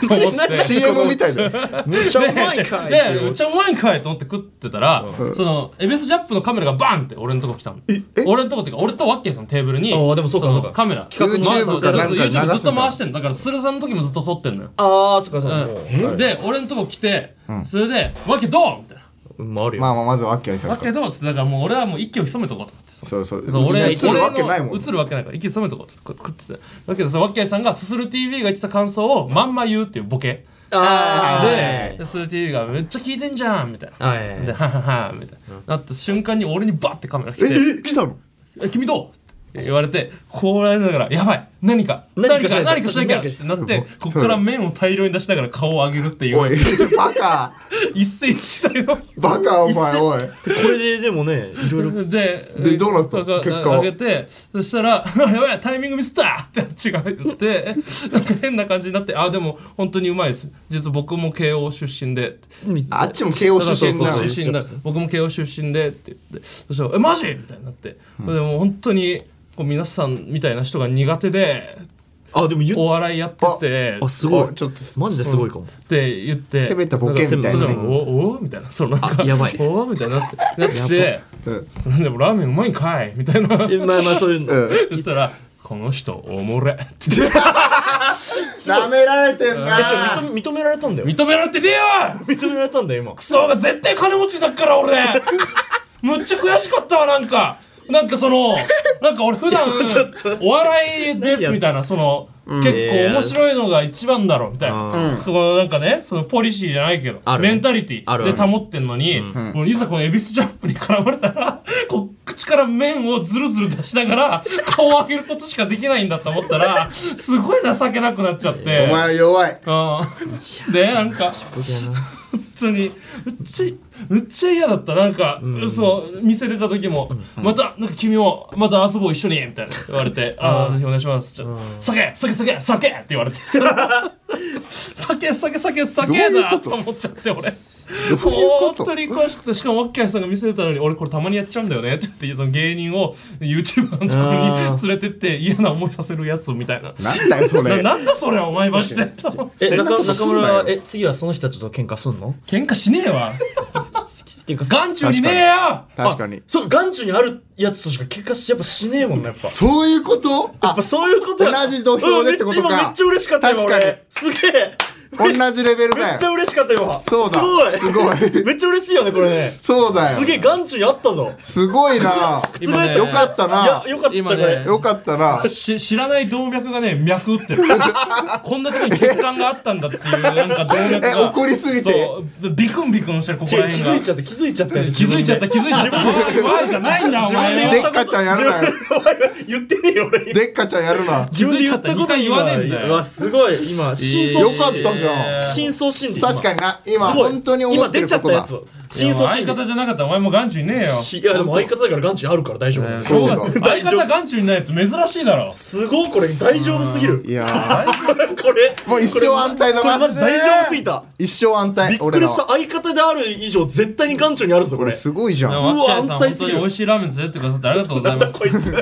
シーエム みたいだよむっちゃうまいかいっていうでめっちゃうまいんかいと思って食ってたら、そのエビスジャップのカメラがバンって俺のとこ来たの俺のとこっていうか俺とワッケーさんのテーブルにあーでもそうかのそうかカメラ YouTube かなんか流すんだ YouTube ずっと回してんのだからスルさんの時もずっと撮ってんのよ、 ああそっかそっかうん、で俺のとこ来て、それで「ワッケーどう?」みたいなうんまああるよまあまあまずワッキャイ 「 さんかワッケーどう?」っつってだからもう俺はもう息を潜めとこうと思ってそうそうそう俺映るわけないもん俺の映るわけないから息潜めとこうと食っててだけどそのワッキャイさんがすする ティーブイ が言ってた感想をまんま言うっていうボケあで、で、それ ティーブイ がめっちゃ聞いてんじゃんみたいな。 はいはいはいで、はははみたいな。なった瞬間に俺にバッてカメラ来て、 え来たのえ、君どうって言われて、こうやりながら、やばい何か何か何かしなきゃってなって、ここから麺を大量に出しながら顔を上げるっていおい、 う、 バカ一世一代の。 バカお前おいこれででもねいろいろで、 でどうなったが結果は上げて、そしたら、やばい、タイミングミスったってあっちが言って、なんか変な感じになって、あ、でも本当にうまいです。実は僕も慶応出身で。 あっちも慶応出身なのそうそう出身だ僕も慶応出身でって言ってそしたら「えマジ?」みたいになって、でも本当にこう皆さんみたいな人が苦手であでも言っお笑いやっててあすごいおちょっとマジですごいかもって言って攻めたボケみたいなねんかおおみたいなそのなんかあやばいおおみたいになってなってうんでもラーメンうまいんかいみたいなえまあまあそういうのうん言ったらこの人おもれってなめられてんなえちょ認め認められたんだよ認められてねえよ認められたんだよ今クソが絶対金持ちだっから俺むっちゃ悔しかったわなんかなんかそのなんか俺普段お笑いですみたいなその結構面白いのが一番だろみたいなそのなんかねそのポリシーじゃないけどメンタリティで保ってんのにもういざこのエビスジャップに絡まれたらこう口から麺をズルズル出しながら顔を上げることしかできないんだと思ったらすごい情けなくなっちゃってお前は弱いうんでなんか本当にめっちゃめっちゃ嫌だったなんか、うん、そう店出た時も、うん、またなんか君もまた遊ぼう一緒にみたいな言われて、うん、ああぜひお願いしますちょ、うん、酒酒酒酒って言われて酒酒酒酒だと思っちゃって俺本当に詳しくてしかもワッキャイさんが見せてたのに俺これたまにやっちゃうんだよねって言ってその芸人を YouTuber のところに連れてって嫌な思いさせるやつみたいななんだよそれな, なんだそれお前ましてえ中中村はえ次はその人たちと喧嘩すんの喧嘩しねえわ眼中にねえよ確かにそう眼中にあるやつとしか喧嘩しやっぱしねえもんねやっぱそういうことやっぱそういうこと同じ土俵でってことか、 うん、めっちゃ嬉しかったよ確かにすげえ同じレベルだよめっちゃ嬉しかったよそうだすごいすごいめっちゃ嬉しいよねこれねそうだよすげえ眼中にあったぞすごいな今ねよかったないやよかった今ねこれよかったなし知らない動脈がね脈打ってるこんなとこに血管があったんだっていうなんか動脈がえ怒りすぎてそうビクンビクンしてるここら気辺がづいちゃった気づいちゃったよ気づいちゃった気づいちゃったわいじゃないんだお前でっかちゃんやるなよ言ってねえよ俺でっかちゃんやるな気づいちゃったにかい言わねえんだようわすごい今真相よかったじゃん真相心理確かにな今本当に思ってることだ真相心理相方じゃなかったらお前も眼中にねえよいやでも相方だから眼中にあるから大丈夫そうだ相方眼中にないやつ珍しいだろすごいこれ大丈夫すぎるいやーこれもう一生安泰だこれマなジ大丈夫すぎた一生安泰びっくりした相方である以上絶対に眼中にあるぞこれすごいじゃんワッキャイさんうわ安泰すぎる本当に美味しいラーメン連れてってくださってありがとうございますこいつ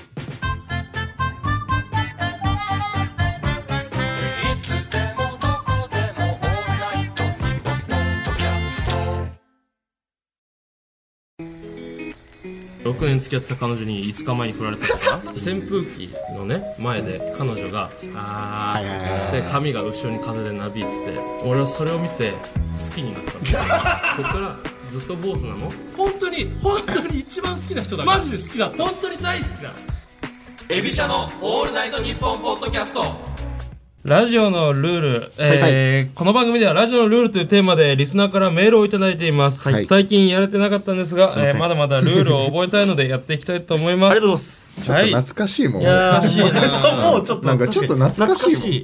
ろくねん付き合ってた彼女にいつかまえに振られたとか扇風機のね前で彼女があーで髪が後ろに風でなびいてて俺はそれを見て好きになったんだここからずっと坊主なの本当に本当に一番好きな人だマジで好きだ本当に大好きだエビシャのオールナイトニッポンポッドキャストラジオのルール、えーはいはい、この番組ではラジオのルールというテーマでリスナーからメールをいただいています、はい、最近やれてなかったんですが、えー、まだまだルールを覚えたいのでやっていきたいと思いますありがとうございますちょっと懐かしいもん、 はい、懐かしいなそうもうちょっとなんかちょっと懐かしい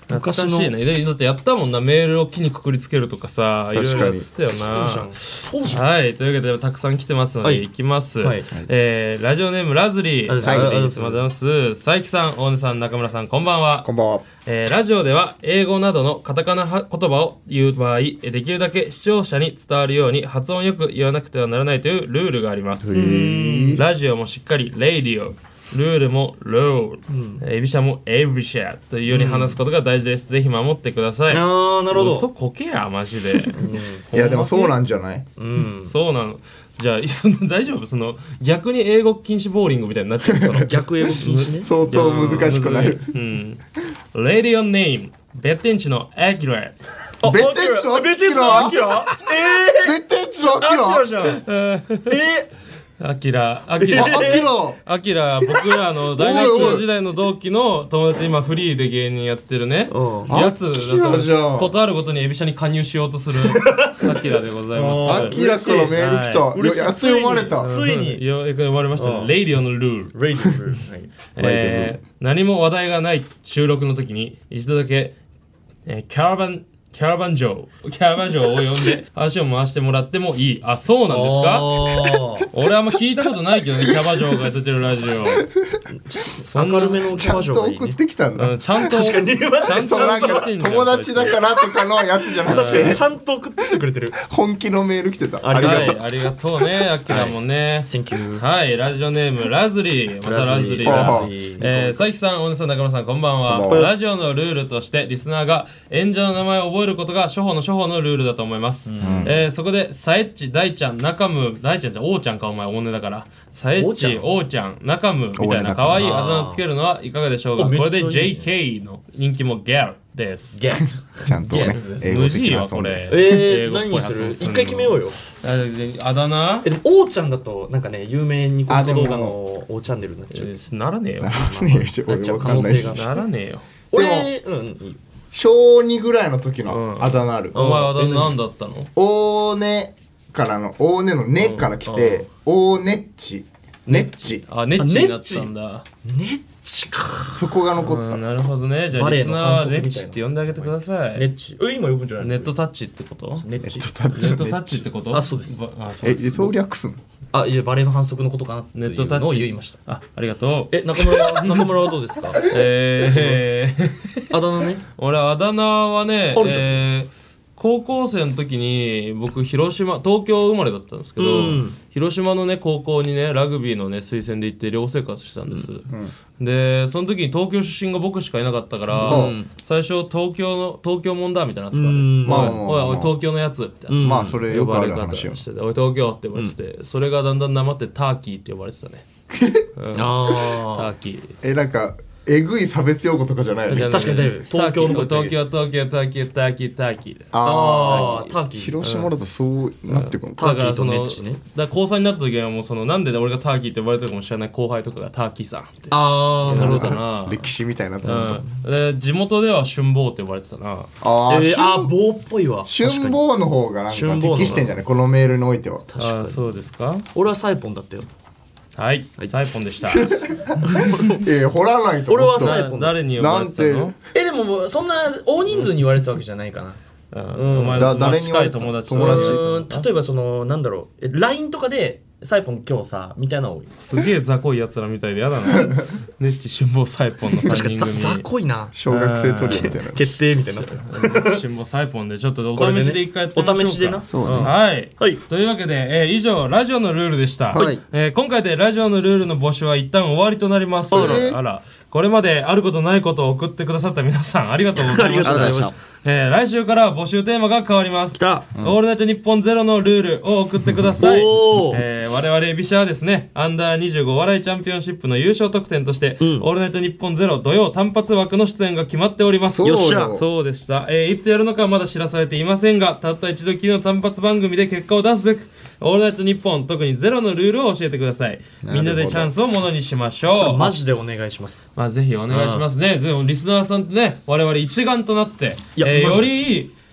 懐かしいね。だってやったもんな、メールを木にくくりつけるとかさ、いろいろやってたよな。 そうじゃん。 はい、というわけでたくさん来てますので、いきます。えラジオネームラズリー、 はい、 ありがとうございます。佐伯さん、大根さん、中村さん、こんばんは。 こんばんは。 えー、ラジオでは英語などのカタカナ言葉を言う場合、できるだけ視聴者に伝わるように発音よく言わなくてはならないというルールがあります。ラジオもしっかりレイディオ、ルールもロー、うん、エビシャもエビシャというように話すことが大事です。ぜひ守ってください。 あー、なるほど。 嘘こけやマジで。 いやでもそうなんじゃない？ うん、そうなの。じゃあその大丈夫？その逆に英語禁止ボーリングみたいになっちゃう。その逆英語禁止ね。 相当難しくなる。 うん。レディオネームベッテンチのアキラ。 ベッテンチのアキラ？ ベッテンチのアキラ？えー、 ベッテンチのアキラ？ アキラじゃん。えーアキラ、アキラ、 アキラ、 アキラ、僕らの大学時代の同期の友達、今フリーで芸人やってるね、やつ、ことあるごとにエビシャに加入しようとするアキラでございます。 アキラからメール来た。やつ読まれた。 ついに。 ようやく読まれましたね。レイディオのルール。 レイディオのルール。 えー、何も話題がない収録の時に、一度だけ、えー、キャラバン、キャラバン嬢キャラバン嬢を呼んで足を回してもらってもいい。あ、そうなんですか？俺あんま聞いたことないけどね、キャバ嬢が出てるラジオ。 明るめのキャバ嬢がいいね。 ちゃんと送ってきたんだ。 うん、ちゃんと確かにちゃんとなんか友達だからとかのやつじゃなくてちゃんと送ってきてくれてる。 本気のメール来てた。 ありがとう。ありがとうね、アキラもね。 Thank you。 はい、ラジオネームラズリー。またラズリー。ラズリー。えー、佐伯さん、大根さん、中村さん、こんばんは。ラジオのルールとしてリスナーが演者の名前を覚えることが初歩の初歩のルールだと思います。えー、そこでサエッチ、大ちゃん、中ム、大ちゃんじゃん、王ちゃんかお前、大根だから。サエッチ、王ちゃん、中ムみたいな可愛いあだ名をつけるのはいかがでしょうか。これで ジェイケー の人気もギャルです。 ギャル。 ちゃんとね、英語的な発音で。 えー、何にする？一回決めようよ。 あだ名？ え、でも王ちゃんだとなんかね、有名ニコニコ動画の王チャンネルになっちゃう。 ならねえよ。 ならねえよ。俺わかんないし。 ならねえよ。 俺、うん。 小にぐらいの時のあだ名ある。 お前あだ名何だったの？ 大根からの、大根の根から来て、大根っち。ネッチ。 あ、ネッチになったんだ。 ネッチか。 そこが残った。 なるほどね。じゃあリスナーはネッチって呼んであげてください。 ネッチ。え、今呼ぶんじゃない？ ネットタッチってこと？ ネッチ。 ネットタッチ。 ネットタッチってこと？ あ、そうです。 え、そう略すの？ あ、いや、バレーの反則のことかなっていうのを言いました。 あ、ありがとう。 え、中村は、中村はどうですか？ えー、あだ名ね。 俺、あだ名はね、えー、高校生の時に僕広島東京生まれだったんですけど、うん、広島のね高校にねラグビーのね推薦で行って寮生活したんです、うんうん、でその時に東京出身が僕しかいなかったから、うん、最初東京の東京もんだみたいなやつからね、うんまあ、おいおい東京のやつみたいな、 うん、まあそれよくある話よしてておい東京って呼ばれてて、うん、それがだんだんなまってターキーって呼ばれてたね、うん、あターキーえなんかえぐい差別用語とかじゃないよね。 確かにだよ。東京の東京東京ターキーターキーターキー。 ああターキー。広島だとそうなってくるの。 だからそのだから高さんになった時はもうそのなんで俺がターキーって呼ばれてるかも知らない後輩とかがターキーさんって。 ああなるほどな。 歴史みたいな。 で地元では春坊って呼ばれてたな。 あああ坊っぽいわ。 春坊の方がなんか適してんじゃないこのメールにおいては。 確かにそうですか。 俺はサイポンだったよ。 はい、サイポンでした。 え掘らないと。 俺はサイポン。 誰に呼ばれたの？ えでもそんな大人数に言われたわけじゃないかな。 お前誰に言われた友達？ 友達。例えばそのなんだろう、ラインとかでサイポン今日さみたいなの多い。 すげえ雑魚いやつらみたいでやだな。ネッチ春坊サイポンのさんにん組。 雑魚いな。 小学生トリオみたいな。 決定みたいな。 春坊サイポンでちょっとお試しで一回やってみましょうか。 お試しでな。 はい。というわけで、えー、以上ラジオのルールでした。はいえー、今回でラジオのルールの募集は一旦終わりとなります。あら、これまであることないことを送ってくださった皆さんありがとうございました。えー、来週から募集テーマが変わります。うん、オールナイトニッポンゼロのルールを送ってください。えー、我々ビシャはですね、アンダーにじゅうご笑いチャンピオンシップの優勝特典として、うん、オールナイトニッポンゼロ土曜単発枠の出演が決まっております。 よっしゃ。 そうでした。えー、いつやるのかはまだ知らされていませんが、たった一度きりの単発番組で結果を出すべく、オールナイトニッポン特にゼロのルールを教えてください。みんなでチャンスをものにしましょう。 マジでお願いします。 まあぜひお願いしますね。ぜひリスナーさんとね、我々一丸となって、えー、よりいい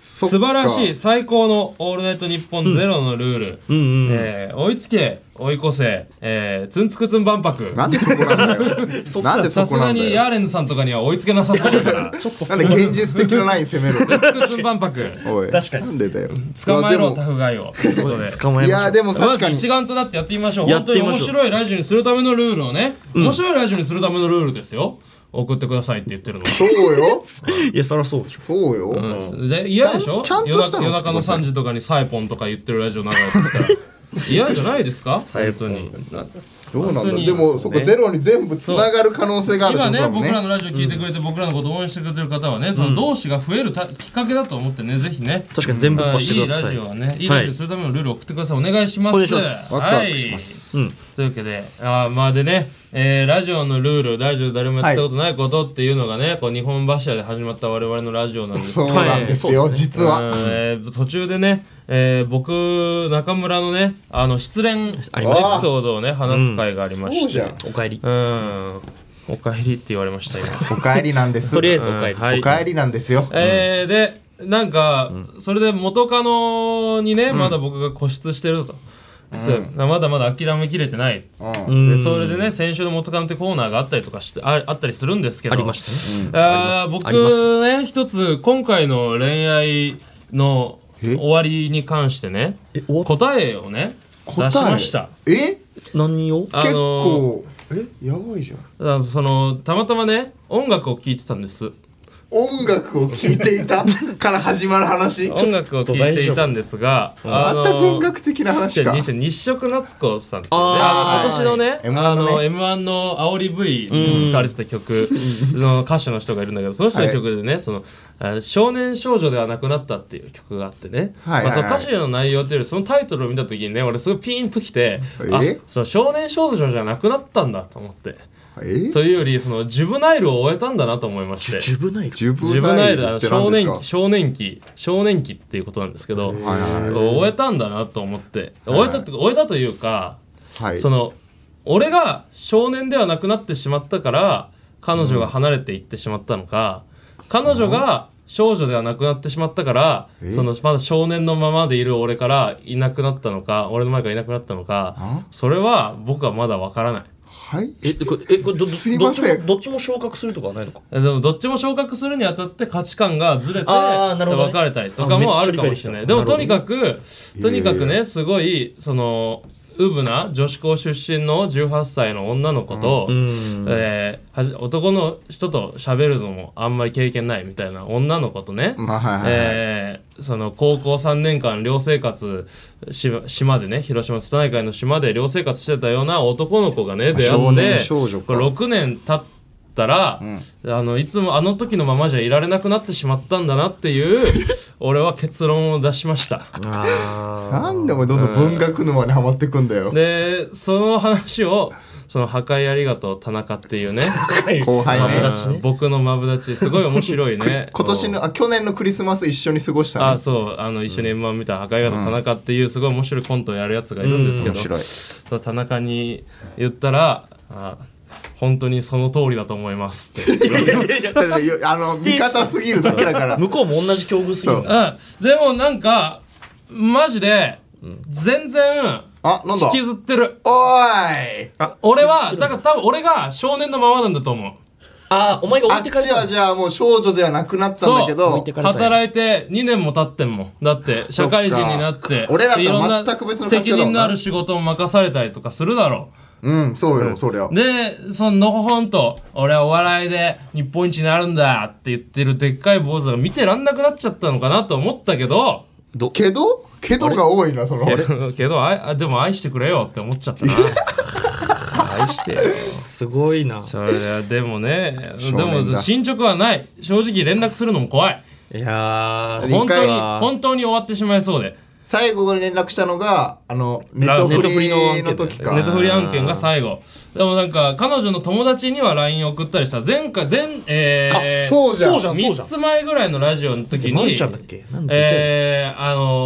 素晴らしい最高のオールナイトニッポンゼロのルール、うんうんうんえー、追いつけ追い越せ、えー、ツンツクツン万博なんでそこなんだよなんでそこなんだよさすがにヤーレンズさんとかには追いつけなさそうだからちょっとなんで現実的なライン攻めるツンツクツン万博おい確かになんでだよ捕まえろタフガイを捕まえいやでも確かに一丸となってやってみましょう本当に面白いラジオにするためのルールをね、うん、面白いラジオにするためのルールですよ送ってくださいって言ってるのそうよいやそりゃそうでしょそうよ、 うん、で嫌でしょちゃんとしたの夜中のさんじとかにサイポンとか言ってるラジオ流れてたら嫌じゃないですかサイポンどうなんだでもそこゼロに全部つながる可能性があるってことだもんね今ね僕らのラジオ聞いてくれて、うん、僕らのことを応援してくれてる方はねその同志が増えるたきっかけだと思ってねぜひね確かに全部パしてくださいいいラジオはねいいラジオするためのルールを送ってくださいお願いしますお願いしますはい、うん、 というわけであまあでねえー、ラジオのルールラジオ誰もやったことないことっていうのがね、はい、こう日本柱で始まった我々のラジオなんですそうなんですよ、はい、実は、 えー、途中でね、えー、僕中村のねあの失恋エピソードをね話す会がありまして、うん、 そうじゃんおかえりうんおかえりって言われました今おかえりなんですとりあえずおかえり、 うんはい、 おかえりなんですよ、 えー、でなんか、うん、それで元カノにね、うん、まだ僕が固執してると、うん、まだまだ諦めきれてない、うん、でそれでね先週の元カノってコーナーがあったりとかして あ, あったりするんですけどありましたね、 うん、あ僕ね一つ今回の恋愛の終わりに関してね答えをね出しました。 え何を結構えやばいじゃん。 そのたまたまね音楽を聴いてたんです。 音楽を聴いていたから始まる話音楽を聴いていたんですがまた文学的な話か日食夏子さんっていうね今年のね エムワン の煽り V に使われてた曲の歌手の人がいるんだけどその人の曲でね、はい、その少年少女ではなくなったっていう曲があってね、はいはいはいまあ、その歌詞の内容っていうよりそのタイトルを見た時にね俺すごいピーンときてあその少年少女じゃなくなったんだと思ってえというよりそのジュブナイルを終えたんだなと思いましてジュブナイルジュブナイルあの少年期少年期少年期っていうことなんですけど終えたんだなと思って終えたって終えたというか、はい、その俺が少年ではなくなってしまったから彼女が離れていってしまったのか、うん、彼女が少女ではなくなってしまったからそのまだ少年のままでいる俺からいなくなったのか俺の前からいなくなったのかそれは僕はまだわからないはい、 えこれえこれ ど, すいませんどっちもどっちも昇格するとかはないのかでもどっちも昇格するにあたって価値観がずれて分かれたりとかもあるかもしれないでもとにかくとにかくねすごいそのウブな女子校出身のじゅうはっさいの女の子と、うんえー、はじ男の人と喋るのもあんまり経験ないみたいな女の子とね、まあはいはいはいえー、その高校さんねんかん寮生活し島でね広島瀬戸内海の島で寮生活してたような男の子がね出会ってろくねん経ったら、うん、あのいつもあの時のままじゃいられなくなってしまったんだなっていう俺は結論を出しましたあなんでもどんどん文学沼にはまってくんだよ、 うん、でその話をその破壊ありがとう田中っていうね後輩ね僕のマブダチすごい面白いね今年のあ去年のクリスマス一緒に過ごしたねあそうあの一緒に エムワン 見た破壊ありがとう田中っていうすごい面白いコントをやるやつがいるんですけど、うん、面白い田中に言ったらあ本当にその通りだと思いますってあの味方すぎるだけだから向こうも同じ境遇すぎる、 うん、でもなんかマジで全然引きずってるおーいあ俺はだから多分俺が少年のままなんだと思うあお前が置いてかれたあっちはじゃあもう少女ではなくなったんだけど働いてにねんも経ってんもんだって社会人になって俺らとは全く別の責任のある仕事を任されたりとかするだろううんそうよ、うん、そりゃでそののほほんと俺はお笑いで日本一になるんだって言ってるでっかい坊主が見てらんなくなっちゃったのかなと思ったけどどけどけどが多いなそのけどあでも愛してくれよって思っちゃったな愛してよすごいなそれでもねでも進捗はない正直連絡するのも怖いいやー本当に本当に終わってしまいそうで最後に連絡したのがあのネットフリの時かネットフリ案件が最後でもなんか彼女の友達には ライン 送ったりした前回前えー、そうじゃんみっつまえぐらいのラジオの時にえー、あの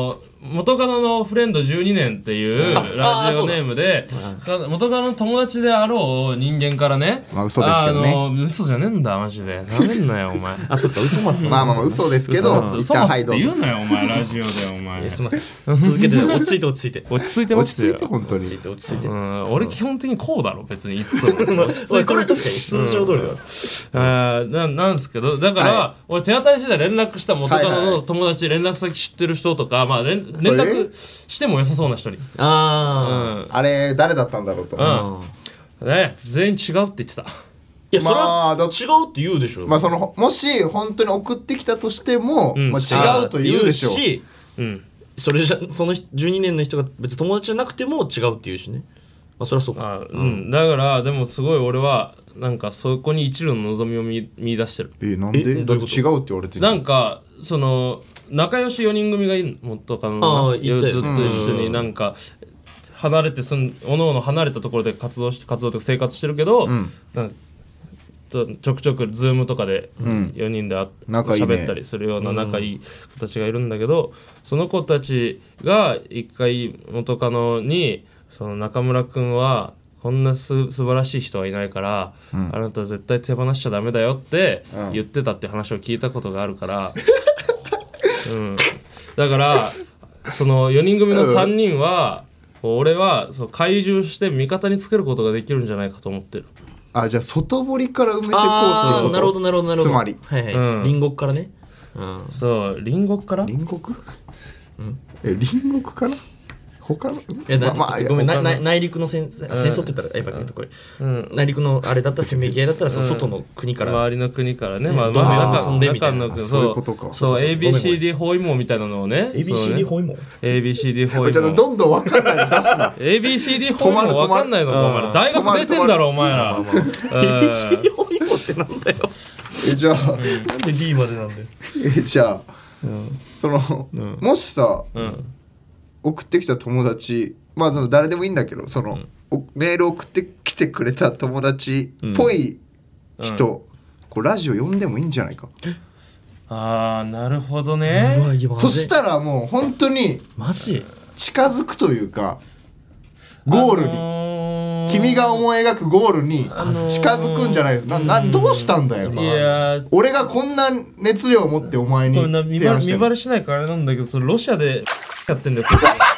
元カノのフレンドじゅうにねんっていうラジオネームで元カノの友達であろう人間からね、 まあ嘘ですけどね、 あの嘘じゃねえんだマジでなめんなよお前あそっか嘘松まあまあまあ嘘ですけど一嘘旦はいどうぞ。 って言うなよお前ラジオでお前すいません続けて落ち着いて落ち着いて落ち着いてま落ち着いすよて本当に落ち着いて落ち着いてうん俺基本的にこうだろ別にいつもおいこれ確かに通常通りだあーななんですけどだから、 は俺手当たり次第連絡した元カノはいはいの友達連絡先知ってる人とか、まあ、連連絡しても良さそうな人に、 あああれ誰だったんだろうと。 うんね、全員違うって言ってた。 いやそれまあだは違うって言うでしょまあそのもし本当に送ってきたとしても、 んまあ、違うと言うでしょう。 しうんそれじゃそのじゅうにねんの人が別に友達じゃなくても違うって言うしねまあそりゃそうかあうん、だからでもすごい俺はなんかそこに一縷の望みを見見出してる。 えなんでえだって違うって言われてんじゃなんかその仲良しよにん組がいる元カノあのー言ったよずっと一緒になんか離れて住んおのおの離れたところで活動して活動とか生活してるけど、なんかとちょくちょくズームとかでよにんであ仲いいね喋ったりするような仲いい子たちがいるんだけど、その子たちが一回元カノにその中村君はこんなす素晴らしい人はいないから、あなたは絶対手放しちゃダメだよって言ってたって話を聞いたことがあるから、うん、だからそのよにん組のさんにんは、俺はそう懐柔して味方につけることができるんじゃないかと思ってる。 あじゃあ外堀から埋めていこうっていうこと。 あーなるほどなるほどなるほどつまりはいはい、 うん隣国からねうんそう隣国から隣国、え隣国かな他のいやなまあまあごめんな他のな内陸の戦戦争って言ったらエヴァ君とこれ、 うん内陸のあれだったらせめぎ合いだったらその外の国から、 周りの国からね、 ねまあ、 どんどんまあ進んでみたいな中のあそういうことかそうそうそうエービーシーディー 包囲網みたいなのをねエービーシーディー 包囲網エービーシーディー 包囲ちょっと網どんどん分かんないの出すなエービーシーディー 包囲網分かんないのかお前ら大学出てんだろお前らエービーシーディー 包囲網ってなんだよえじゃあなんで D までなんだよえじゃあ、その、もしさ、 うん送ってきた友達まあその誰でもいいんだけどその、おメール送ってきてくれた友達っぽい人、こうラジオ呼んでもいいんじゃないか。 あーなるほどうねわいやマジそしたらもう本当にマジ近づくというかゴールに、 あのー君が思い描くゴールに近づくんじゃないななどうしたんだよ、 いやー俺がこんな熱量を持ってお前にこれな見提案してるバ見バレしないからあれなんだけどそれロシアでやってんだよ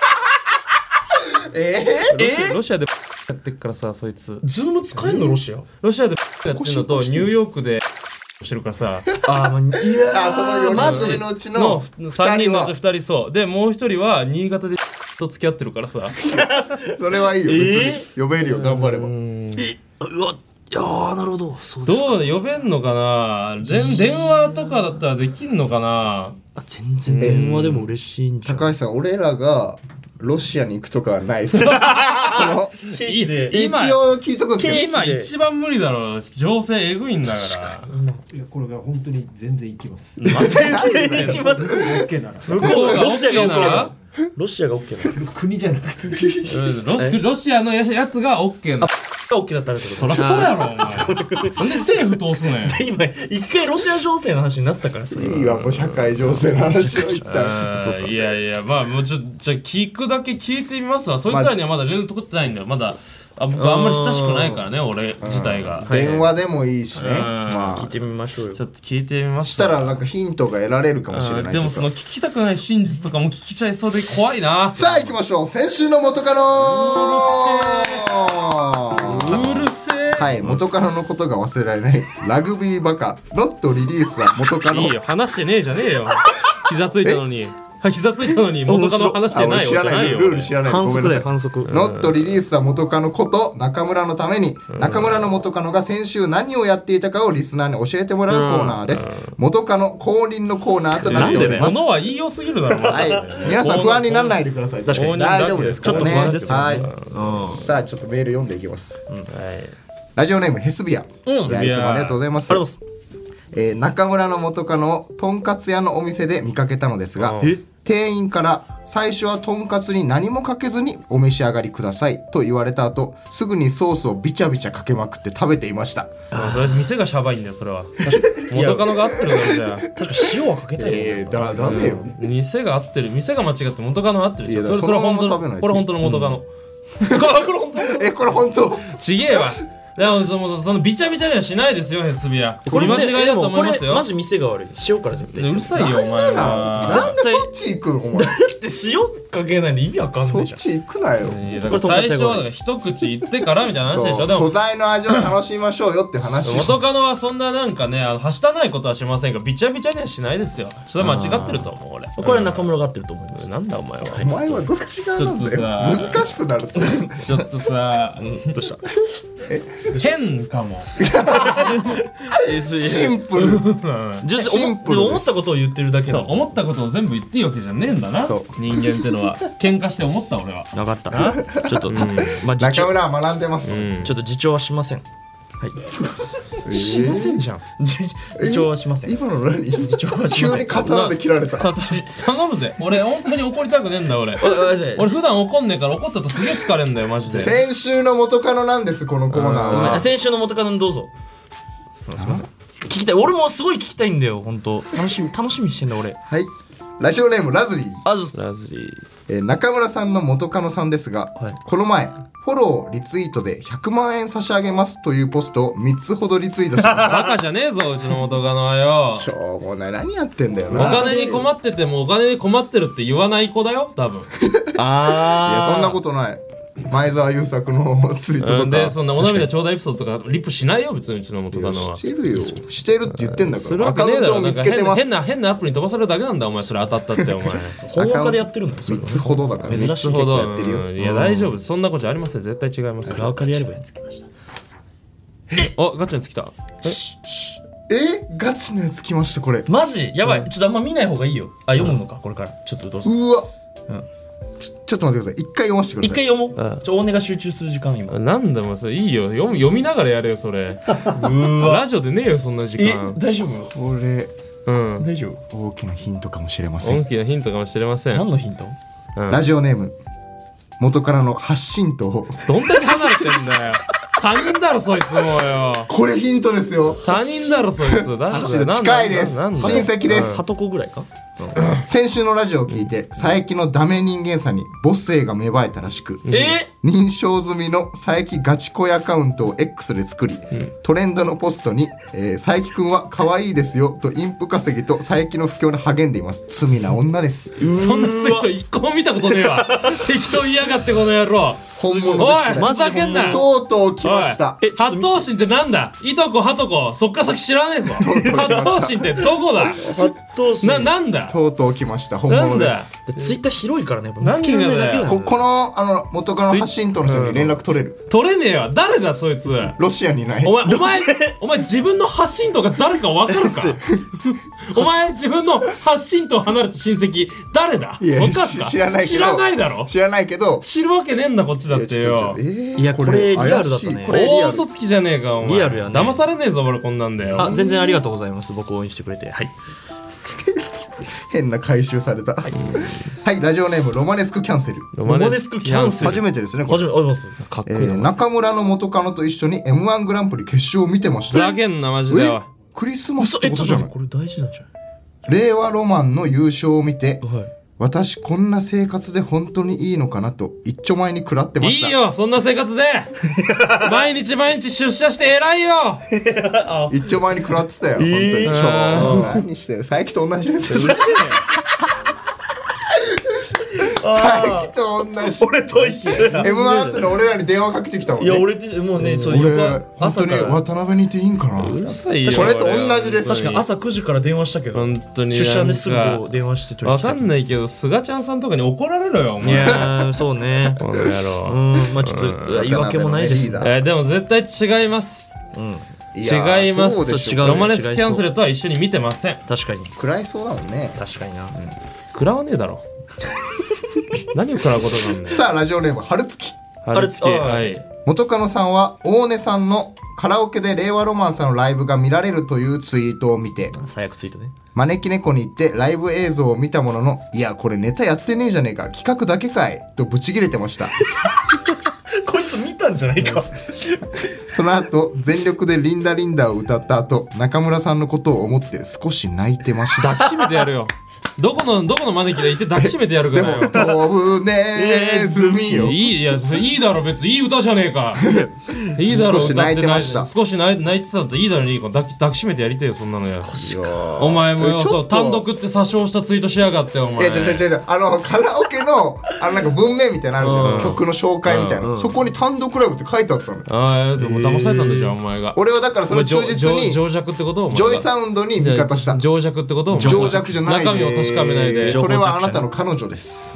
えロシアロシアでやってっからさそいつズーム使えんのロシアロシアでやってるのとニューヨークでしてるからさあー、まあ、いやー、あそのよにん組のうちののさんにんのうちはふたりそうでもうひとりは新潟でと付き合ってるからさそれはいいよ、別に呼べるよ頑張れば。 うわいやーなるほどそうですかどう呼べんのかな電電話とかだったらできんのかなあ全然電話でも嬉しいんじゃん高橋さん俺らがロシアに行くとかはないですかその経費で一応聞いとくんですけど今一番無理だろ情勢えぐいんだからいやこれが本当に全然行きます。 まあ全然行きます OK なら。 向こうがロシアが OK ならロシアが OK なの国じゃなくて。 うんロシロシアのややつが OK なが OK だったらってことそりゃそうやろお前なんで政府通すねん今一回ロシア情勢の話になったからそれいいわもう社会情勢の話を言ったらあーいやいやまあもうちょじゃあ聞くだけ聞いてみますわそいつらにはまだ連絡取ってないんだよまだあ僕あんまり親しくないからね俺自体が電話でもいいしね、 うんまあ聞いてみましょうよちょっと聞いてみまししたたらなんかヒントが得られるかもしれないでもその聞きたくない真実とかも聞きちゃいそうで怖いなさあ行きましょう先週の元カノうるせえはい元カノのことが忘れられないラグビーバカノットリリースは元カノいいよ話してねえじゃねえよ膝ついたのにはい膝ついたのに元カノ話してないよあ俺知らないルール知らない反則だごめんなさいよ反則ノットリリースは元カノこと中村のために、中村の元カノが先週何をやっていたかをリスナーに教えてもらうコーナーです、元カノ降臨のコーナーとなっております、 物は言いよすぎるだろはい、皆さん不安にならないでください確かに大丈夫ですからねちょっと不安ですよはい、さあちょっとメール読んでいきます、 はいラジオネームヘスビア、 うんいやいつもありがとうございますありがとうございえー中村の元カノをとんかつ屋のお店で見かけたのですがうん店店員から最初はとんかつに何もかけずにお召し上がりくださいと言われた後、すぐにソースをビチャビチャかけまくって食べていました。 あそれ店がシャバいんだよそれは。元カノが合ってるからじゃあ確か塩はかけたいよ、 えー、だダメよ、 店が合ってる店が間違って元カノが合ってるじゃん。 いやそれそれは本当そのまま食べないとのこれ本当の元カノ、 これ本当えこれ本当ちげえわ。でもそのそのビチャビチャにはしないですよヘスビは。 これ見間違いだと思いますよ。 これマジ店が悪い。塩から絶対うるさいよお前は。 なんでそっち行くんお前だって塩かけないの意味わかんないじゃん。 そっち行くなよ。 いやだから最初はだから一口いってからみたいな話でしょ。で素も材の味を楽しみましょうよって話。 元カノはそんななんかねあのはしたないことはしませんがビチャビチャにはしないですよ。それは間違ってると思う俺。 これは中村が合ってると思います。 なんだお前は。 お前はどっち側なんだよ。 ちょっとさ難しくなるって。 ちょっとさどうした変かも。 シンプル。シンプルです思ったことを言ってるだけだ。 そう思ったことを全部言っていいわけじゃねえんだなそう人間ってのは。喧嘩して思った俺は。 分かったちょっと、まあ、次中長村は学んでます。 うんちょっと自重はしません。はいえーしませんじゃん自自重はしません。 今の何？ 自重はし急ません。 に刀で切られた。 た頼むぜ俺本当に怒りたくねえんだ俺。 おいおいおい俺普段怒んねえから怒ったとすげえ疲れんだよマジで。 先週の元カノなんですこのコーナーお前は。 先週の元カノにどうぞ。すみません。聞きたい。俺もすごい聞きたいんだよ本当。楽しみ楽しみにしてんだ俺。 はい。ラジオネームラズリー。 あずラズリーえー中村さんの元カノさんですが、 はいこの前フォローリツイートでひゃくまんえん差し上げますというポストをみっつほどリツイートしましたバカじゃねえぞうちの元カノはよ。 しょうもない何やってんだよおな。 金に困っててもお金に困ってるって言わない子だよ多分。 いやそんなことない。前澤友作のツイートとか、 うんでそんなお涙ちょうだいエピソードとかリプしないよ別にうちの元カノは。 してるよしてるって言ってんだかするら。アカウントを見つけてます変な変なアプリに飛ばされるだけなんだお前それ当たったってお前。 本家でやってるんだよそれみっつほどだから珍しいみっつほどやってるよ。 うんいや大丈夫そんなことじゃありません絶対違います。 ガーカリやればやつきました。 おガチャにつきた。 えガチのやつ来ましたこれ。 マジやばい。ちょっとあんま見ない方がいいよ。あ読むのかこれから。ちょっとどうぞ。 うわ、 うんちちょっと待ってください一回読ませてください。 一回読もうんう。ちょ大根が集中する時間今。 なんだもうそれいいよ読む読みながらやれよそれ。 うわラジオでねえよそんな時え間。 大丈夫これうん大丈夫。 大きなヒントかもしれません。 大きなヒントかもしれません。 何のヒント？ うんラジオネーム元からの発信とどんだけ離れてんだよ。他人だろそいつもうよ。 これヒントですよ。 他人だろそいつ。だ発信と近いですなんだ親戚です。 はとこぐらいか？ 先週のラジオを聞いて佐伯のダメ人間さに母性が芽生えたらしく、 え認証済みの佐伯ガチ恋アカウントを X で作り、トレンドのポストに、えー佐伯くんは可愛いですよとインプ稼ぎと佐伯の布教に励んでいます。罪な女です。 そんなツイート一個も見たことねえわ。適当言いやがってこの野郎。 本物おいです。 ふざけんな。 とうとう来ました。 おい八頭身ってなんだ。いとこはとこそっから先知らねえぞ。八頭身ってどこだ。 八頭身。 ななんだ。 とうとう来ました。本物です。 ツイッター広いからねやっぱ見つけられないだけだよ。 ここのあの元からの発信との人に連絡取れる。 取れねえわ。誰だそいつ。 ロシアにいない。 お前お前お前自分の発信とか誰か分かるか。お前自分の発信と離れた親戚誰だ。 いや分かるか。 知らないけど知らないだろ。 知らないけど。 知るわけねえんだこっちだってよ。 いやこれリアルだったねこれリアル大嘘つきじゃねえかお前。 リアルやね騙されねえぞ俺こんなんだよ。 あ全然ありがとうございます。僕を応援してくれて。はい。 変な回収された。はいラジオネームロマネスクキャンセル。 ロマネスクキャンセル初めてですねこれ。 初めあります。 えかっこいいな。 ー中村の元カノと一緒に エムワン グランプリ決勝を見てましふざた。 けんなマジでえよ。 クリスマスってえことじゃない。 ちょっと待ってこれ大事なんじゃ令和ロマンの優勝を見て、 ない？はい。 私こんな生活で本当にいいのかなと一丁前に食らってました。 いいよそんな生活で毎日毎日出社して偉いよ。 一丁前に食らってたよ、 えー本当に。しょう何してる佐伯と同じですよ。佐伯と同じ。 俺と一緒や。 エムワン っての俺らに電話かけてきたもんね。 いや俺ってもうねそう俺翌本当に朝から渡辺にいていいんかな。 うるさいよそれと同じです。 確かに朝くじから電話したけど本当に出社ですぐこう電話して取りわ来たかんないけど菅ちゃんさんとかに怒られろよお前。 いやーそうね。 この野う郎。 んまあちょっと言い訳もないです。 渡辺のねリーダーえーでも絶対違います。 いやー違います。 そうでしょ違うロマネスキャンセルとは一緒に見てません。 確かに食らいそうだもんね。 確かにな。 食らわねえだろ。何を食らうことなんだよ。 さあラジオネーム春月。 春月あはい。 元カノさんは大根さんのカラオケで令和ロマンさんのライブが見られるというツイートを見て、 最悪ツイートね。 招き猫に行ってライブ映像を見たものの、いやこれネタやってねえじゃねえか、企画だけかいとブチギレてました。 こいつ見たんじゃないか。 その後全力でリンダリンダを歌った後、中村さんのことを思って少し泣いてました。 抱きしめてやるよ。どこのどこの招きで行って抱きしめてやるからよ。 でも飛ぶネズミよ。 いいいやそれいいだろ別にいい歌じゃねえか。いいだろ少し泣いてました。 少し泣いてたっていいだろいい子抱き抱きしめてやりてよそんなのや。 少しか。 お前もよそう単独って詐称したツイートしやがってお前。 いや違う違う違うあのカラオケのあのなんか文面みたいなのあるじゃん、うん、曲の紹介みたいな、うん、そこに単独ライブって書いてあったの。 ああでも騙されたんでしょお前が。 俺はだからその忠実に情弱ってことジョイサウンドに味方した。 情弱ってこと情弱じゃないで中身を確かめないで。 それはあなたの彼女です。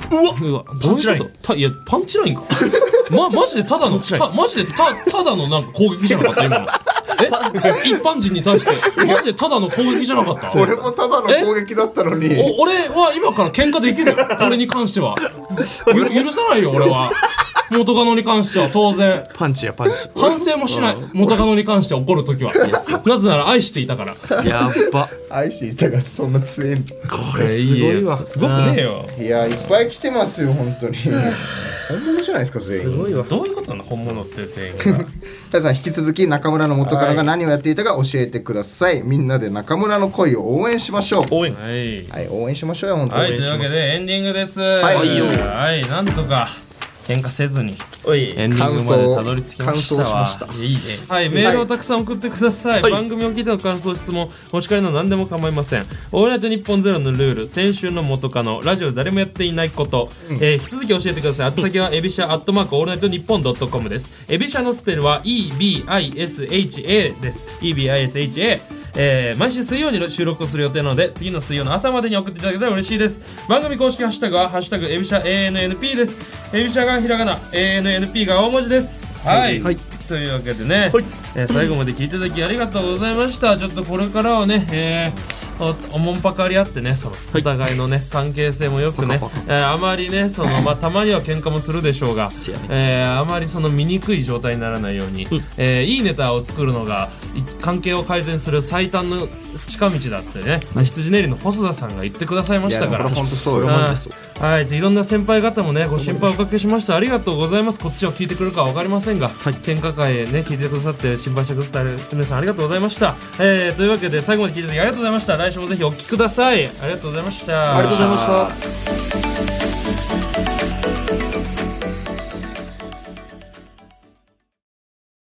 うわうわパンチラインたいやパンチラインか。まマジでただのたマジでたただのなんか攻撃じゃなかった今の。え一般人に対してマジでただの攻撃じゃなかった。 俺もただの攻撃だったのに。 お俺は今から喧嘩できるよこれに関しては。許さないよ俺は。元カノに関しては当然パンチやパンチ反省もしない。元カノに関して怒るときはなぜなら愛していたから。 やっば愛していたがそんな強い。 これすごいわ。 すごくねえよ。 いやいっぱい来てますよ本当に。本物じゃないですか全員。 すごいわ。どういうことなの本物って全員が。 皆さん引き続き中村の元カノが何をやっていたか教えてください。みんなで中村の恋を応援しましょう。 応援はい、 はい、応援しましょうよ本当に。 はいというわけでエンディングです。 はいはい、はい、なんとか喧嘩せずにおいエンディングまでたどり着きましたわ。 感想しましたいいね。はいメールをたくさん送ってください、はい、番組を聞いての感想質問もしかりの何でも構いません。オールナイトニッポンゼロのルール先週の元カノラジオ誰もやっていないこと、うんえー、引き続き教えてください。宛先はエビシャアットマークオールナイトニッポンドットコムです。エビシャのスペルは イービーアイエスエイチエー です。 イービーアイエスエイチエーえー、毎週水曜に収録をする予定なので次の水曜の朝までに送っていただけたら嬉しいです。番組公式ハッシュタグはハッシュタグエビシャ エーエヌエヌピー です。エビシャがひらがな エーエヌエヌピー が大文字です。はい、はい、というわけでね、はいえー、最後まで聞いていただきありがとうございました。ちょっとこれからはね、えー、お, おもんぱかり合ってねそのお互いのね関係性もよくね、えー、あまりねその、まあ、たまには喧嘩もするでしょうが、えー、あまりその醜い状態にならないように、えー、いいネタを作るのが関係を改善する最短の近道だってね、うん、羊ねりの細田さんが言ってくださいましたから。 本当そうよ。 はい、いろんな先輩方もねご心配おかけしました。ありがとうございます。こっちは聞いてくれるか分かりませんが、はい、喧嘩会ね聞いてくださって心配してくださって皆さんありがとうございました、えー、というわけで最後まで聞いていただきありがとうございました。来週もぜひお聞きください。ありがとうございました。 ありがとうございました。